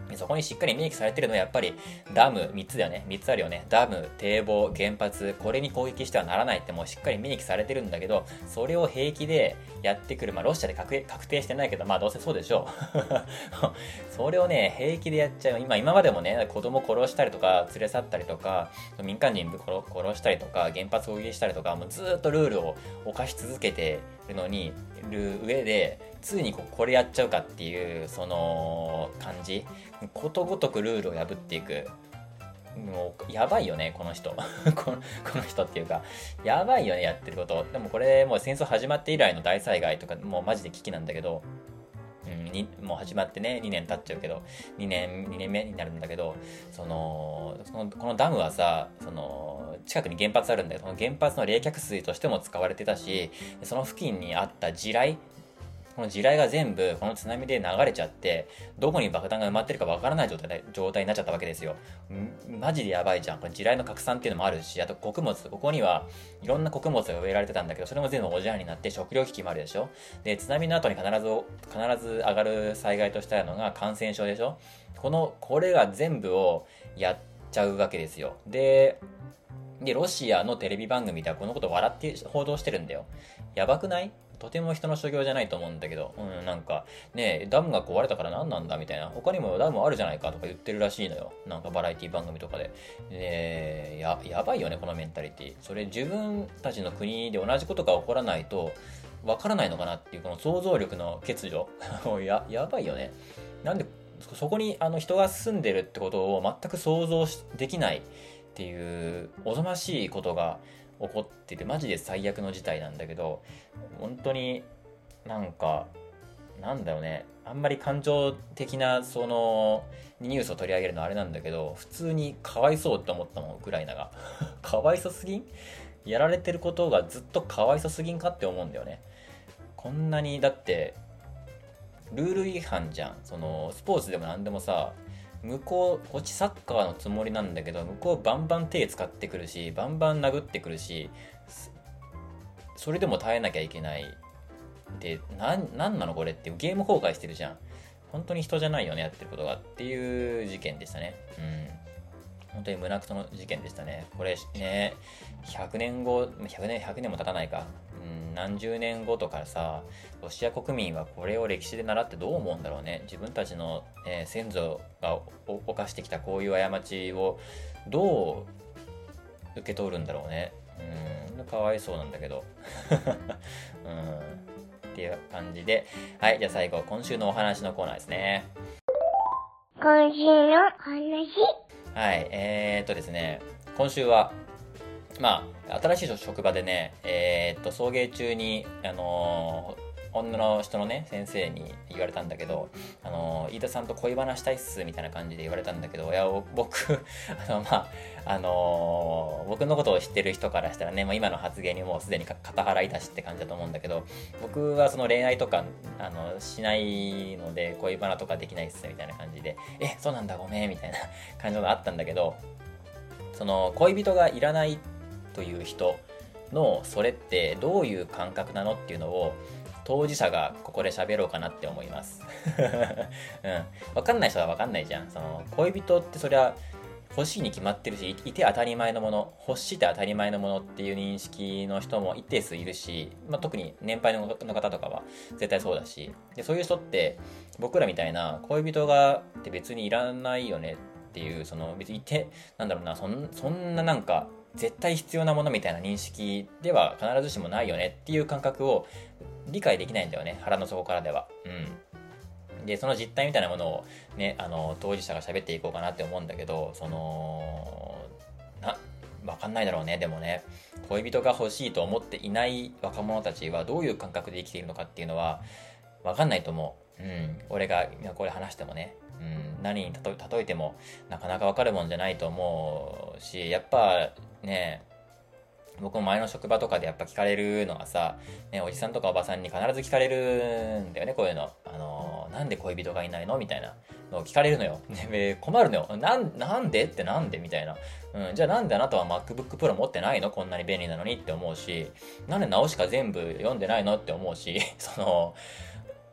そこにしっかり明記されてるのはやっぱりダムみっつだよね。みっつあるよね。ダム、堤防、原発、これに攻撃してはならないってもうしっかり明記されてるんだけど、それを平気でやってくる。まあロシアで確確定してないけど、まあどうせそうでしょう。それをね、平気でやっちゃう。今、今までもね、子供殺したりとか、連れ去ったりとか、民間人殺したりとか、原発攻撃したりとか、もうずーっとルールを犯し続けてるのに、る上で、ついにここれやっちゃうかっていう、その感じ。ことごとくルールを破っていく。もう、やばいよね、この人。この、この人っていうか、やばいよね、やってること。でもこれ、もう戦争始まって以来の大災害とか、もうマジで危機なんだけど、うん、にもう始まってね、にねん経っちゃうけど、にねん、にねんめになるんだけど、その、そのこのダムはさ、その、近くに原発あるんだけど、その原発の冷却水としても使われてたし、その付近にあった地雷、この地雷が全部この津波で流れちゃって、どこに爆弾が埋まってるかわからない状態状態になっちゃったわけですよ。マジでやばいじゃん。これ地雷の拡散っていうのもあるし、あと穀物、ここにはいろんな穀物が植えられてたんだけど、それも全部おじゃんになって食料危機もあるでしょ。で、津波の後に必ず、必ず上がる災害としてあるのが感染症でしょ。この、これが全部をやっちゃうわけですよ。で、で、ロシアのテレビ番組ではこのことを笑って報道してるんだよ。やばくない？とても人の所業じゃないと思うんだけど、うん、なんか、ねえ、ダムが壊れたから何なんだみたいな、他にもダムあるじゃないかとか言ってるらしいのよ。なんかバラエティ番組とかで。で、や、やばいよね、このメンタリティ。それ自分たちの国で同じことが起こらないと、わからないのかなっていう、この想像力の欠如。や、やばいよね。なんで、そこにあの人が住んでるってことを全く想像できないっていう、おぞましいことが、起こっててマジで最悪の事態なんだけど、本当になんかなんだろうね、あんまり感情的なそのニュースを取り上げるのはあれなんだけど、普通にかわいそうって思ったもん、ウクライナが。かわいそすぎん？やられてることがずっとかわいそすぎんかって思うんだよね。こんなに、だってルール違反じゃん。そのスポーツでも何でもさ、向こう、こっちサッカーのつもりなんだけど、向こうバンバン手使ってくるし、バンバン殴ってくるし、それでも耐えなきゃいけない。で、なん、なんなのこれっていう、ゲーム崩壊してるじゃん。本当に人じゃないよね、やってることがっていう事件でしたね。うん。本当に胸くその事件でしたね。これね、ひゃくねんご、ひゃくねん、ひゃくねんも経たないか。うん、何十年後とかさ、ロシア国民はこれを歴史で習ってどう思うんだろうね。自分たちの、えー先祖が犯してきたこういう過ちをどう受け取るんだろうね。うん、かわいそうなんだけど。うん、っていう感じで。はい、じゃあ最後、今週のお話のコーナーですね。 今週の話。 はい、えー、っとですね、今週は、まあ、新しい職場でね、えー、っと、送迎中に、あのー女の人のね、先生に言われたんだけど、あのー、飯田さんと恋話したいっす、みたいな感じで言われたんだけど、いや、僕、あの、まあ、あのー僕のことを知ってる人からしたらね、まあ、今の発言にもうすでに肩払い出しって感じだと思うんだけど、僕はその恋愛とか、あの、しないので、恋バナとかできないっす、みたいな感じで、え、そうなんだ、ごめん、みたいな感じのがあったんだけど、その、恋人がいらないという人の、それってどういう感覚なのっていうのを、当事者がここで喋ろうかなって思います。うん。わかんない人はわかんないじゃん。その、恋人ってそりゃ欲しいに決まってるし、いて当たり前のもの、欲して当たり前のものっていう認識の人も一定数いるし、まあ、特に年配の方とかは絶対そうだし、で、そういう人って僕らみたいな恋人がって別にいらないよねっていう、その別にいて、なんだろうな、そんそんななんか、絶対必要なものみたいな認識では必ずしもないよねっていう感覚を理解できないんだよね、腹の底からでは。うん。で、その実態みたいなものをね、あの、当事者が喋っていこうかなって思うんだけど、その、な、わかんないだろうね、でもね、恋人が欲しいと思っていない若者たちはどういう感覚で生きているのかっていうのは、わかんないと思う。うん。俺が今これ話してもね。うん。何に例え、例えてもなかなかわかるもんじゃないと思うし、やっぱね、僕も前の職場とかでやっぱ聞かれるのがさ、ね、おじさんとかおばさんに必ず聞かれるんだよね、こういうの。あのー、なんで恋人がいないのみたいなのを聞かれるのよ。で、困るのよ。なん、なんでってなんでみたいな。うん、じゃあなんであなたは MacBook Pro 持ってないのこんなに便利なのにって思うし、なんで直しか全部読んでないのって思うし、その、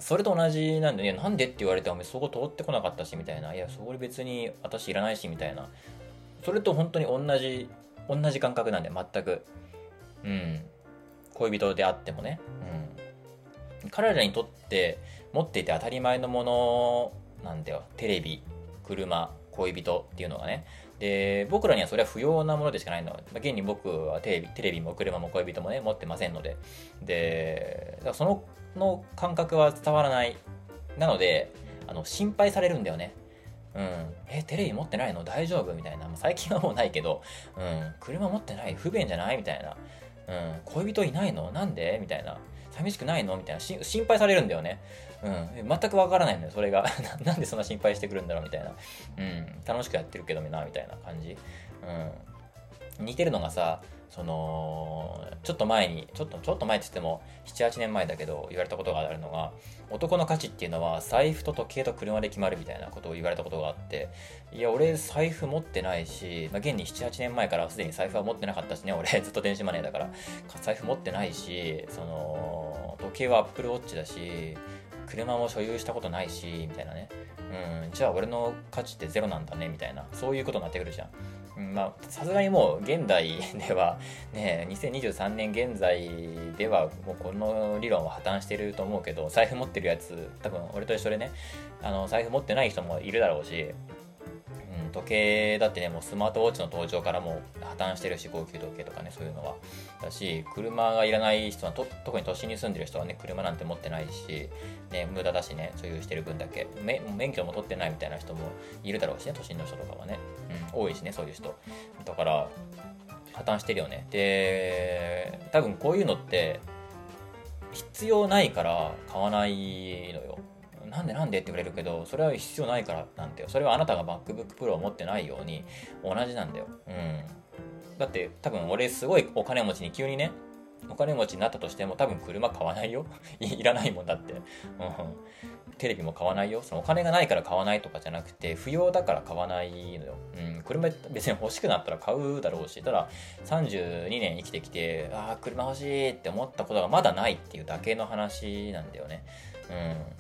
それと同じなんで、ね、なんでって言われてもそこ通ってこなかったしみたいな、いやそれ別に私いらないしみたいな、それと本当に同じ同じ感覚なんで、全く。うん。恋人であってもね。うん。彼らにとって持っていて当たり前のものなんだよ。テレビ、車、恋人っていうのがね。で、僕らにはそれは不要なものでしかないの。現に僕はテレビ、テレビも車も恋人もね、持ってませんので。で、だからそのの感覚は伝わらない。なので、あの、心配されるんだよね。うん。え、テレビ持ってないの大丈夫みたいな。最近はもうないけど、うん。車持ってない不便じゃないみたいな。うん。恋人いないのなんでみたいな。寂しくないのみたいな。心配されるんだよね。うん。全くわからないんだよ、それが。なんでそんな心配してくるんだろうみたいな。うん。楽しくやってるけどな、みたいな感じ。うん。似てるのがさ、その、ちょっと前に、ちょっと、ちょっと前って言っても、なな、はちねんまえだけど、言われたことがあるのが、男の価値っていうのは、財布と時計と車で決まるみたいなことを言われたことがあって、いや、俺、財布持ってないし、まあ、現になな、はちねんまえからすでに財布は持ってなかったしね、俺、ずっと電子マネーだから、財布持ってないし、その、時計はアップルウォッチだし、車も所有したことないし、みたいなね。うん、じゃあ俺の価値ってゼロなんだね、みたいな。そういうことになってくるじゃん。まあ、さすがにもう現代ではね、にせんにじゅうさんねん現在ではもうこの理論は破綻してると思うけど、財布持ってるやつ多分俺と一緒でね、あの財布持ってない人もいるだろうし、うん、時計だってね、もうスマートウォッチの登場からもう破綻してるし、高級時計とかね、そういうのはだし、車がいらない人はと特に都心に住んでる人はね、車なんて持ってないし、ね、無駄だしね、所有してる分だけめ免許も取ってないみたいな人もいるだろうしね、都心の人とかはね、うん、多いしね、そういう人だから破綻してるよね。で、多分こういうのって必要ないから買わないのよ。なんでなんでって言われるけど、それは必要ないからなんだよ。それはあなたが MacBook Pro を持ってないように同じなんだよ。うん。だって多分俺すごいお金持ちに急にね、お金持ちになったとしても多分車買わないよ。いらないもんだって。うん。テレビも買わないよ。そのお金がないから買わないとかじゃなくて、不要だから買わないのよ。うん。車別に欲しくなったら買うだろうし、たださんじゅうにねん生きてきて、ああ、車欲しいって思ったことがまだないっていうだけの話なんだよね。うん。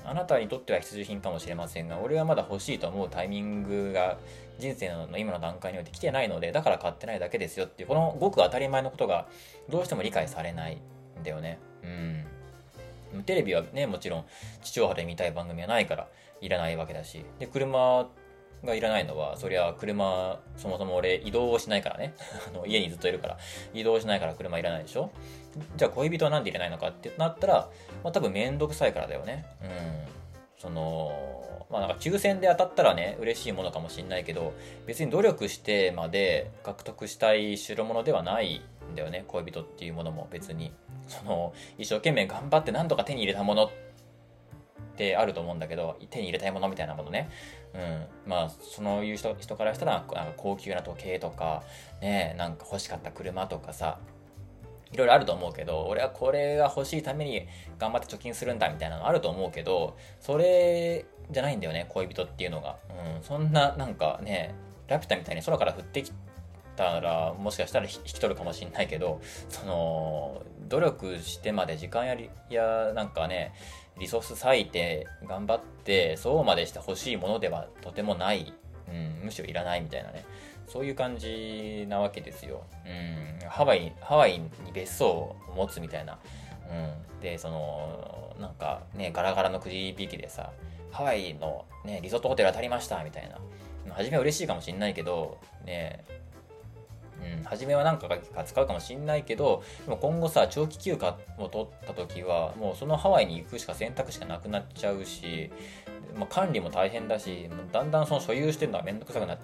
あなたにとっては必需品かもしれませんが、俺はまだ欲しいと思うタイミングが人生の今の段階において来てないので、だから買ってないだけですよっていう、このごく当たり前のことがどうしても理解されないんだよね。うん。テレビはね、もちろん地上波で見たい番組はないからいらないわけだし、で、車がいらないのは、そりゃ車、そもそも俺移動をしないからね。あの家にずっといるから、移動しないから車いらないでしょ。じゃあ恋人はなんでいらないのかってなったら、まあ多分めんどくさいからだよね。うん。その、まあなんか抽選で当たったらね、嬉しいものかもしんないけど、別に努力してまで獲得したい代物ではないんだよね、恋人っていうものも別に。その、一生懸命頑張って何とか手に入れたものってあると思うんだけど、手に入れたいものみたいなものね。うん。まあ、そのいう人、人からしたら、なんか高級な時計とか、ね、なんか欲しかった車とかさ、いろいろあると思うけど、俺はこれが欲しいために頑張って貯金するんだみたいなのあると思うけど、それじゃないんだよね、恋人っていうのが。うん、そんな、なんかね、ラピュタみたいに空から降ってきたら、もしかしたら引き取るかもしれないけど、その、努力してまで時間やり、や、なんかね、リソース割いて頑張って、そうまでして欲しいものではとてもない。うん、むしろいらないみたいなね。そういう感じなわけですよ。うん、ハワイ、ハワイに別荘を持つみたいな。うん、で、その、なんかね、ガラガラのくじ引きでさ、ハワイのね、リゾートホテル当たりましたみたいな。初めは嬉しいかもしんないけど、ね、うん、初めは何かが使うかもしんないけど、でも今後さ、長期休暇を取った時は、もうそのハワイに行くしか選択肢がなくなっちゃうし、まあ、管理も大変だし、だんだんその所有してるのがめんどくさくなって、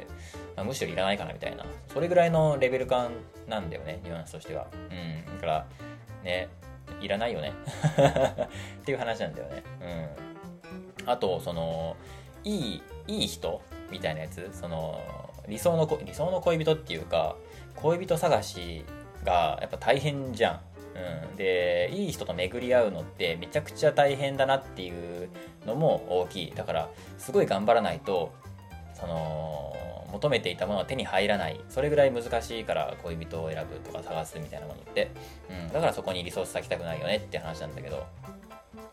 まあ、むしろいらないかなみたいな、それぐらいのレベル感なんだよね、ニュアンスとしては。うん、だから、ね、いらないよね。っていう話なんだよね。うん。あと、その、いい、いい人みたいなやつ、その、理想の、理想の恋人っていうか、恋人探しがやっぱ大変じゃん。うん、で、いい人と巡り合うのってめちゃくちゃ大変だなっていうのも大きい。だから、すごい頑張らないと、その、求めていたものは手に入らない。それぐらい難しいから恋人を選ぶとか探すみたいなものって。うん、だからそこにリソース割きたくないよねって話なんだけど。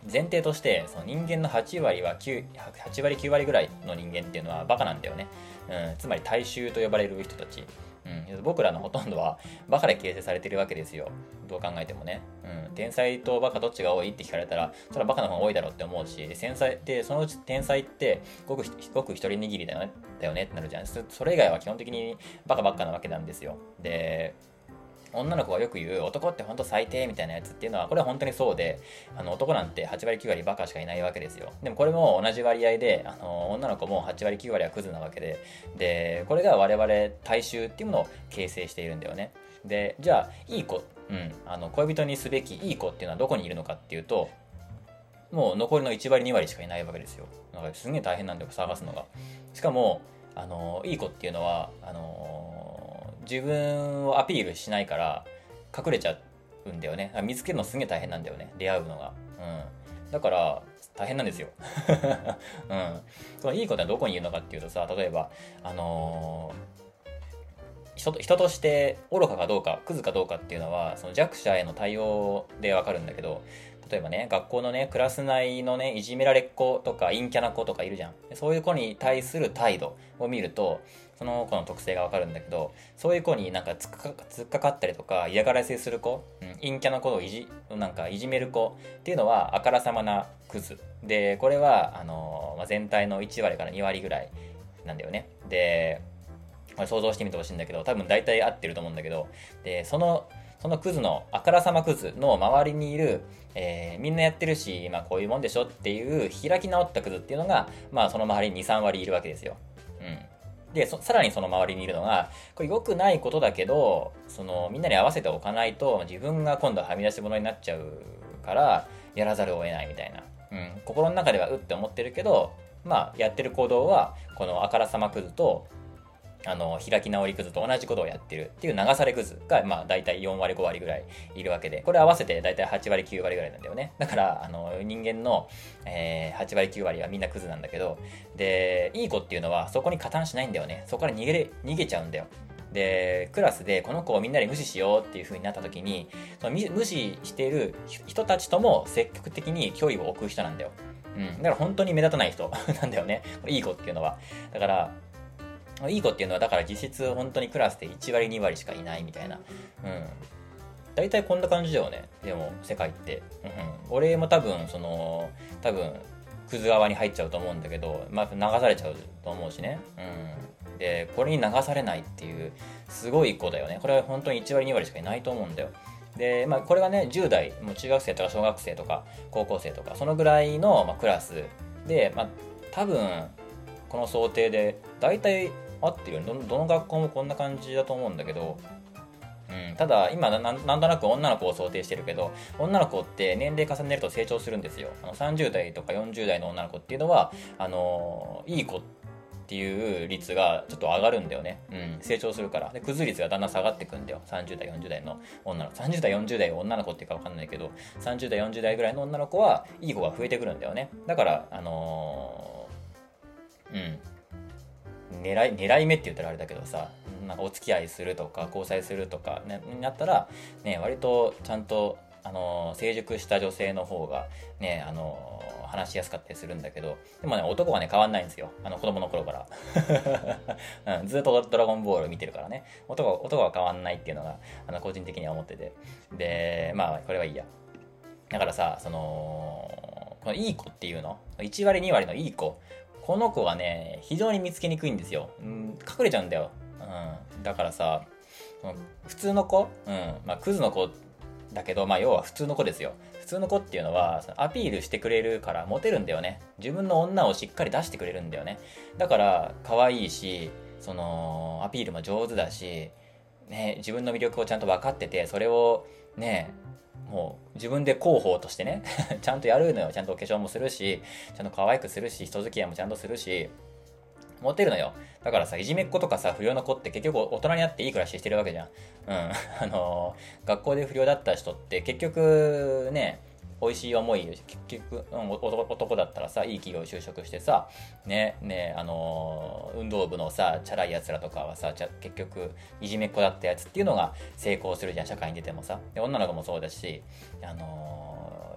前提として、その人間のはち割はきゅう、はち割きゅう割ぐらいの人間っていうのはバカなんだよね。うん、つまり大衆と呼ばれる人たち。うん、僕らのほとんどはバカで形成されてるわけですよ。どう考えてもね。うん、天才とバカどっちが多いって聞かれたら、それはバカの方が多いだろうって思うし、で天才ってそのうち天才ってごくごく一人握りだよねだよねってなるじゃん。それ以外は基本的にバカばっかなわけなんですよ。で、女の子がよく言う男ってほんと最低みたいなやつっていうのはこれは本当にそうで、あの男なんてはち割きゅう割バカしかいないわけですよ。でもこれも同じ割合で、あの女の子もはち割きゅう割はクズなわけで、でこれが我々大衆っていうものを形成しているんだよね。でじゃあいい子、うん、あの恋人にすべきいい子っていうのはどこにいるのかっていうと、もう残りのいち割に割しかいないわけですよ。だからすげえ大変なんだよ探すのが。しかもあのいい子っていうのはあの自分をアピールしないから隠れちゃうんだよね。見つけるのすげえ大変なんだよね、出会うのが。うん、だから大変なんですよ。うん、そのいい子ってどこにいるのかっていうとさ、例えばあのー、人と人として愚かかどうかクズかどうかっていうのはその弱者への対応でわかるんだけど、例えばね、学校のねクラス内のねいじめられっ子とか陰キャな子とかいるじゃん。そういう子に対する態度を見るとその子の特性がわかるんだけど、そういう子になんかつっかつっかかったりとか嫌がらせする子、うん、陰キャな子をいじなんかいじめる子っていうのはあからさまなクズで、これはあのーまあ、全体のいち割からに割ぐらいなんだよね。でこれ想像してみてほしいんだけど、多分大体合ってると思うんだけど、でそのそのクズのあからさまクズの周りにいる、えー、みんなやってるし、まあ、こういうもんでしょっていう開き直ったクズっていうのが、まあ、その周りにに、さん割いるわけですよ。うん、でさらにその周りにいるのがこれ良くないことだけど、そのみんなに合わせておかないと自分が今度はみ出し物になっちゃうからやらざるを得ないみたいな、うん、心の中ではうって思ってるけど、まあ、やってる行動はこのあからさまクズとあの開き直りクズと同じことをやってるっていう流されクズが、まあ、大体よん割ご割ぐらいいるわけで、これ合わせて大体はち割きゅう割ぐらいなんだよね。だからあの人間の、えー、はち割きゅう割はみんなクズなんだけど、でいい子っていうのはそこに加担しないんだよね。そこから逃げれ逃げちゃうんだよ。でクラスでこの子をみんなで無視しようっていう風になった時に、その無視している人たちとも積極的に距離を置く人なんだよ。うん、だから本当に目立たない人なんだよね、これいい子っていうのは。だからいい子っていうのはだから実質本当にクラスでいち割に割しかいないみたいな。うん。大体こんな感じだよね。でも世界って。うん、俺も多分その多分クズ側に入っちゃうと思うんだけど、まあ流されちゃうと思うしね。うん。でこれに流されないっていうすごい子だよね。これは本当にいち割に割しかいないと思うんだよ。でまあこれがねじゅう代、もう中学生とか小学生とか高校生とかそのぐらいの、まあ、クラスで、まあ多分この想定で大体合ってるよね。 ど, どの学校もこんな感じだと思うんだけど、うん、ただ今な ん, なんとなく女の子を想定してるけど、女の子って年齢重ねると成長するんですよ。あのさんじゅう代とかよんじゅう代の女の子っていうのはあのいい子っていう率がちょっと上がるんだよね。うん、成長するから。でクズ率がだんだん下がってくんだよ。さんじゅう代よんじゅう代の女の子、さんじゅう代よんじゅう代女の子っていうか分かんないけど、さんじゅう代よんじゅう代ぐらいの女の子はいい子が増えてくるんだよね。だからあのー、うん狙い狙い目って言ったらあれだけどさ、なんかお付き合いするとか交際するとか、ね、になったら、ね、割とちゃんと、あのー、成熟した女性の方が、ね、あのー、話しやすかったりするんだけど、でもね男はね変わんないんですよ、あの子供の頃から、うん、ずっとドラゴンボール見てるからね、男は男は変わんないっていうのがあの個人的には思ってて、でまあこれはいいや。だからさ、そのこのいい子っていうのいち割に割のいい子、この子はね非常に見つけにくいんですよ、うん、隠れちゃうんだよ、うん、だからさ普通の子、うんまあ、クズの子だけど、まあ、要は普通の子ですよ。普通の子っていうのはアピールしてくれるからモテるんだよね。自分の女をしっかり出してくれるんだよね。だから可愛いし、そのアピールも上手だし、ね、自分の魅力をちゃんと分かってて、それをねもう自分で広報としてねちゃんとやるのよ。ちゃんとお化粧もするし、ちゃんと可愛くするし、人付き合いもちゃんとするし、モテるのよ。だからさ、いじめっ子とかさ、不良の子って結局大人になっていい暮らししてるわけじゃん。うん。あのー、学校で不良だった人って結局ね、美味しい思い、結局、うん、男だったらさ、いい企業就職してさ、ね、ね、あのー、運動部のさ、チャラい奴らとかはさ、結局、いじめっ子だったやつっていうのが成功するじゃん、社会に出てもさ。で、女の子もそうだし、あのー、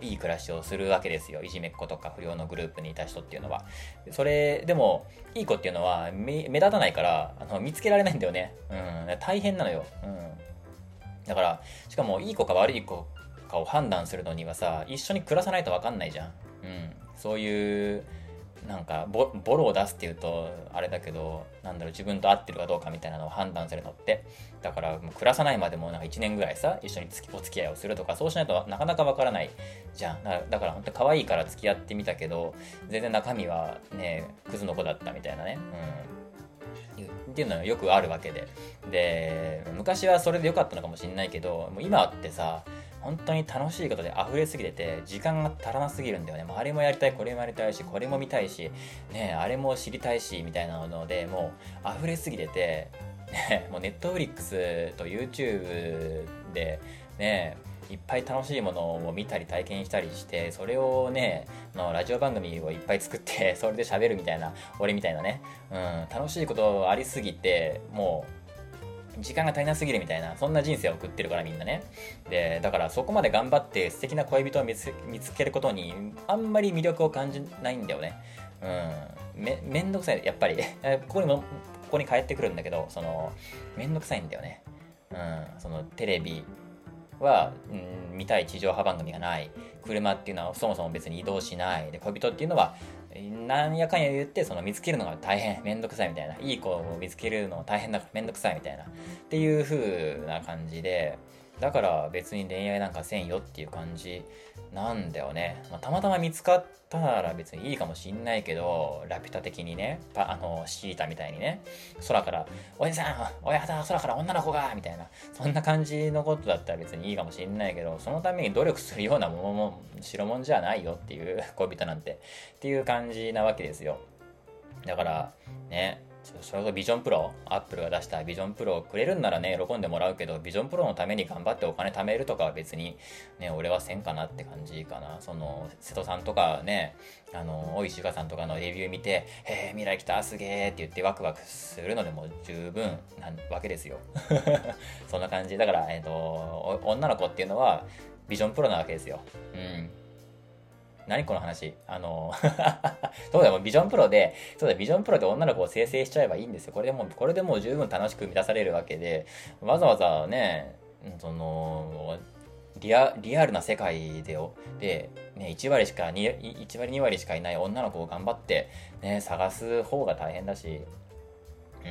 いい暮らしをするわけですよ。いじめっ子とか不良のグループにいた人っていうのは。それでもいい子っていうのは目目立たないからあの見つけられないんだよね。うん、大変なのよ。うん、だからしかもいい子か悪い子かを判断するのにはさ、一緒に暮らさないと分かんないじゃん。うん、そういうなんかボボロを出すっていうとあれだけど、なんだろう、自分と合ってるかどうかみたいなのを判断するのって、だからもう暮らさないまでもなんかいちねんぐらいさ一緒につきお付き合いをするとか、そうしないとなかなかわからないじゃん。だからだから本当に可愛いから付き合ってみたけど、全然中身はねクズの子だったみたいなね、うん、っていうのはよくあるわけで、で昔はそれで良かったのかもしれないけど、もう今ってさ本当に楽しいことで溢れすぎてて時間が足らなすぎるんだよね。もうあれもやりたい、これもやりたいし、これも見たいし、ね、あれも知りたいしみたいなのでもう溢れすぎてて、ね、もうネットフリックスと YouTube でねいっぱい楽しいものを見たり体験したりして、それをねのラジオ番組をいっぱい作ってそれで喋るみたいな、俺みたいなね、うん、楽しいことありすぎてもう時間が足りなすぎるみたいな、そんな人生を送ってるからみんなね。でだからそこまで頑張って素敵な恋人を見つ、見つけることにあんまり魅力を感じないんだよね。うん、めめんどくさい、やっぱりここにもここに帰ってくるんだけど、そのめんどくさいんだよね。うん、そのテレビは、うん、見たい地上波番組がない、車っていうのはそもそも別に移動しない、で恋人っていうのはなんやかんや言ってその見つけるのが大変、めんどくさいみたいな、いい子を見つけるの大変だからめんどくさいみたいなっていう風な感じで、だから別に恋愛なんかせんよっていう感じなんだよね。まあ、たまたま見つかったなら別にいいかもしんないけど、ラピュタ的にね、あのシータみたいにね、空からおじさんおやだ空から女の子がみたいな、そんな感じのことだったら別にいいかもしんないけど、そのために努力するようなものも白物じゃないよっていう恋人なんてっていう感じなわけですよ。だからね、それこそビジョンプロ、アップルが出したビジョンプロをくれるんならね喜んでもらうけど、ビジョンプロのために頑張ってお金貯めるとかは別にね俺はせんかなって感じかな。その瀬戸さんとかね、あの大石ゆかさんとかのレビュー見て「へえ未来来たすげえ」って言ってワクワクするのでも十分なわけですよそんな感じだから、えーと、女の子っていうのはビジョンプロなわけですよ。うん、何この話、あのそうだよ、ビジョンプロでそうだビジョンプロで女の子を生成しちゃえばいいんですよ。これでもうこれでもう十分楽しく満たされるわけで、わざわざねそのリアリアルな世界でで、ね、いち割しかいち割に割しかいない女の子を頑張って、ね、探す方が大変だし、うん、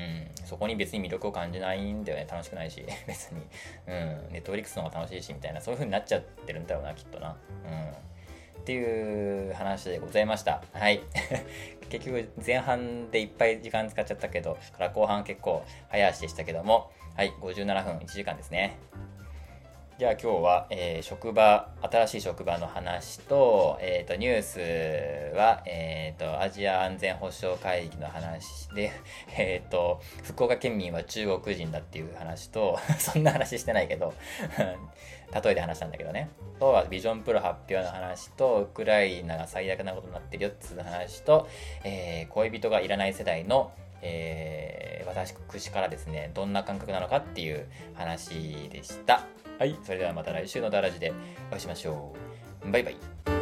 そこに別に魅力を感じないんだよね。楽しくないし別に、うん、ネットフリックスの方が楽しいしみたいな、そういう風になっちゃってるんだろうなきっとな。うんっていう話でございました。はい。結局前半でいっぱい時間使っちゃったけど、から後半結構早足でしたけども、はい、ごじゅうななふん、いちじかんですね。じゃあ今日は、えー、職場、新しい職場の話と、えーと、ニュースは、えーと、アジア安全保障会議の話で、えーと、福岡県民は中国人だっていう話と、そんな話してないけど、例えで話したんだけどね。とはビジョンプロ発表の話と、ウクライナが最悪なことになってるよっていう話と、えー、恋人がいらない世代のえー、私からですね、どんな感覚なのかっていう話でした。はい、それではまた来週のダラジでお会いしましょう。バイバイ。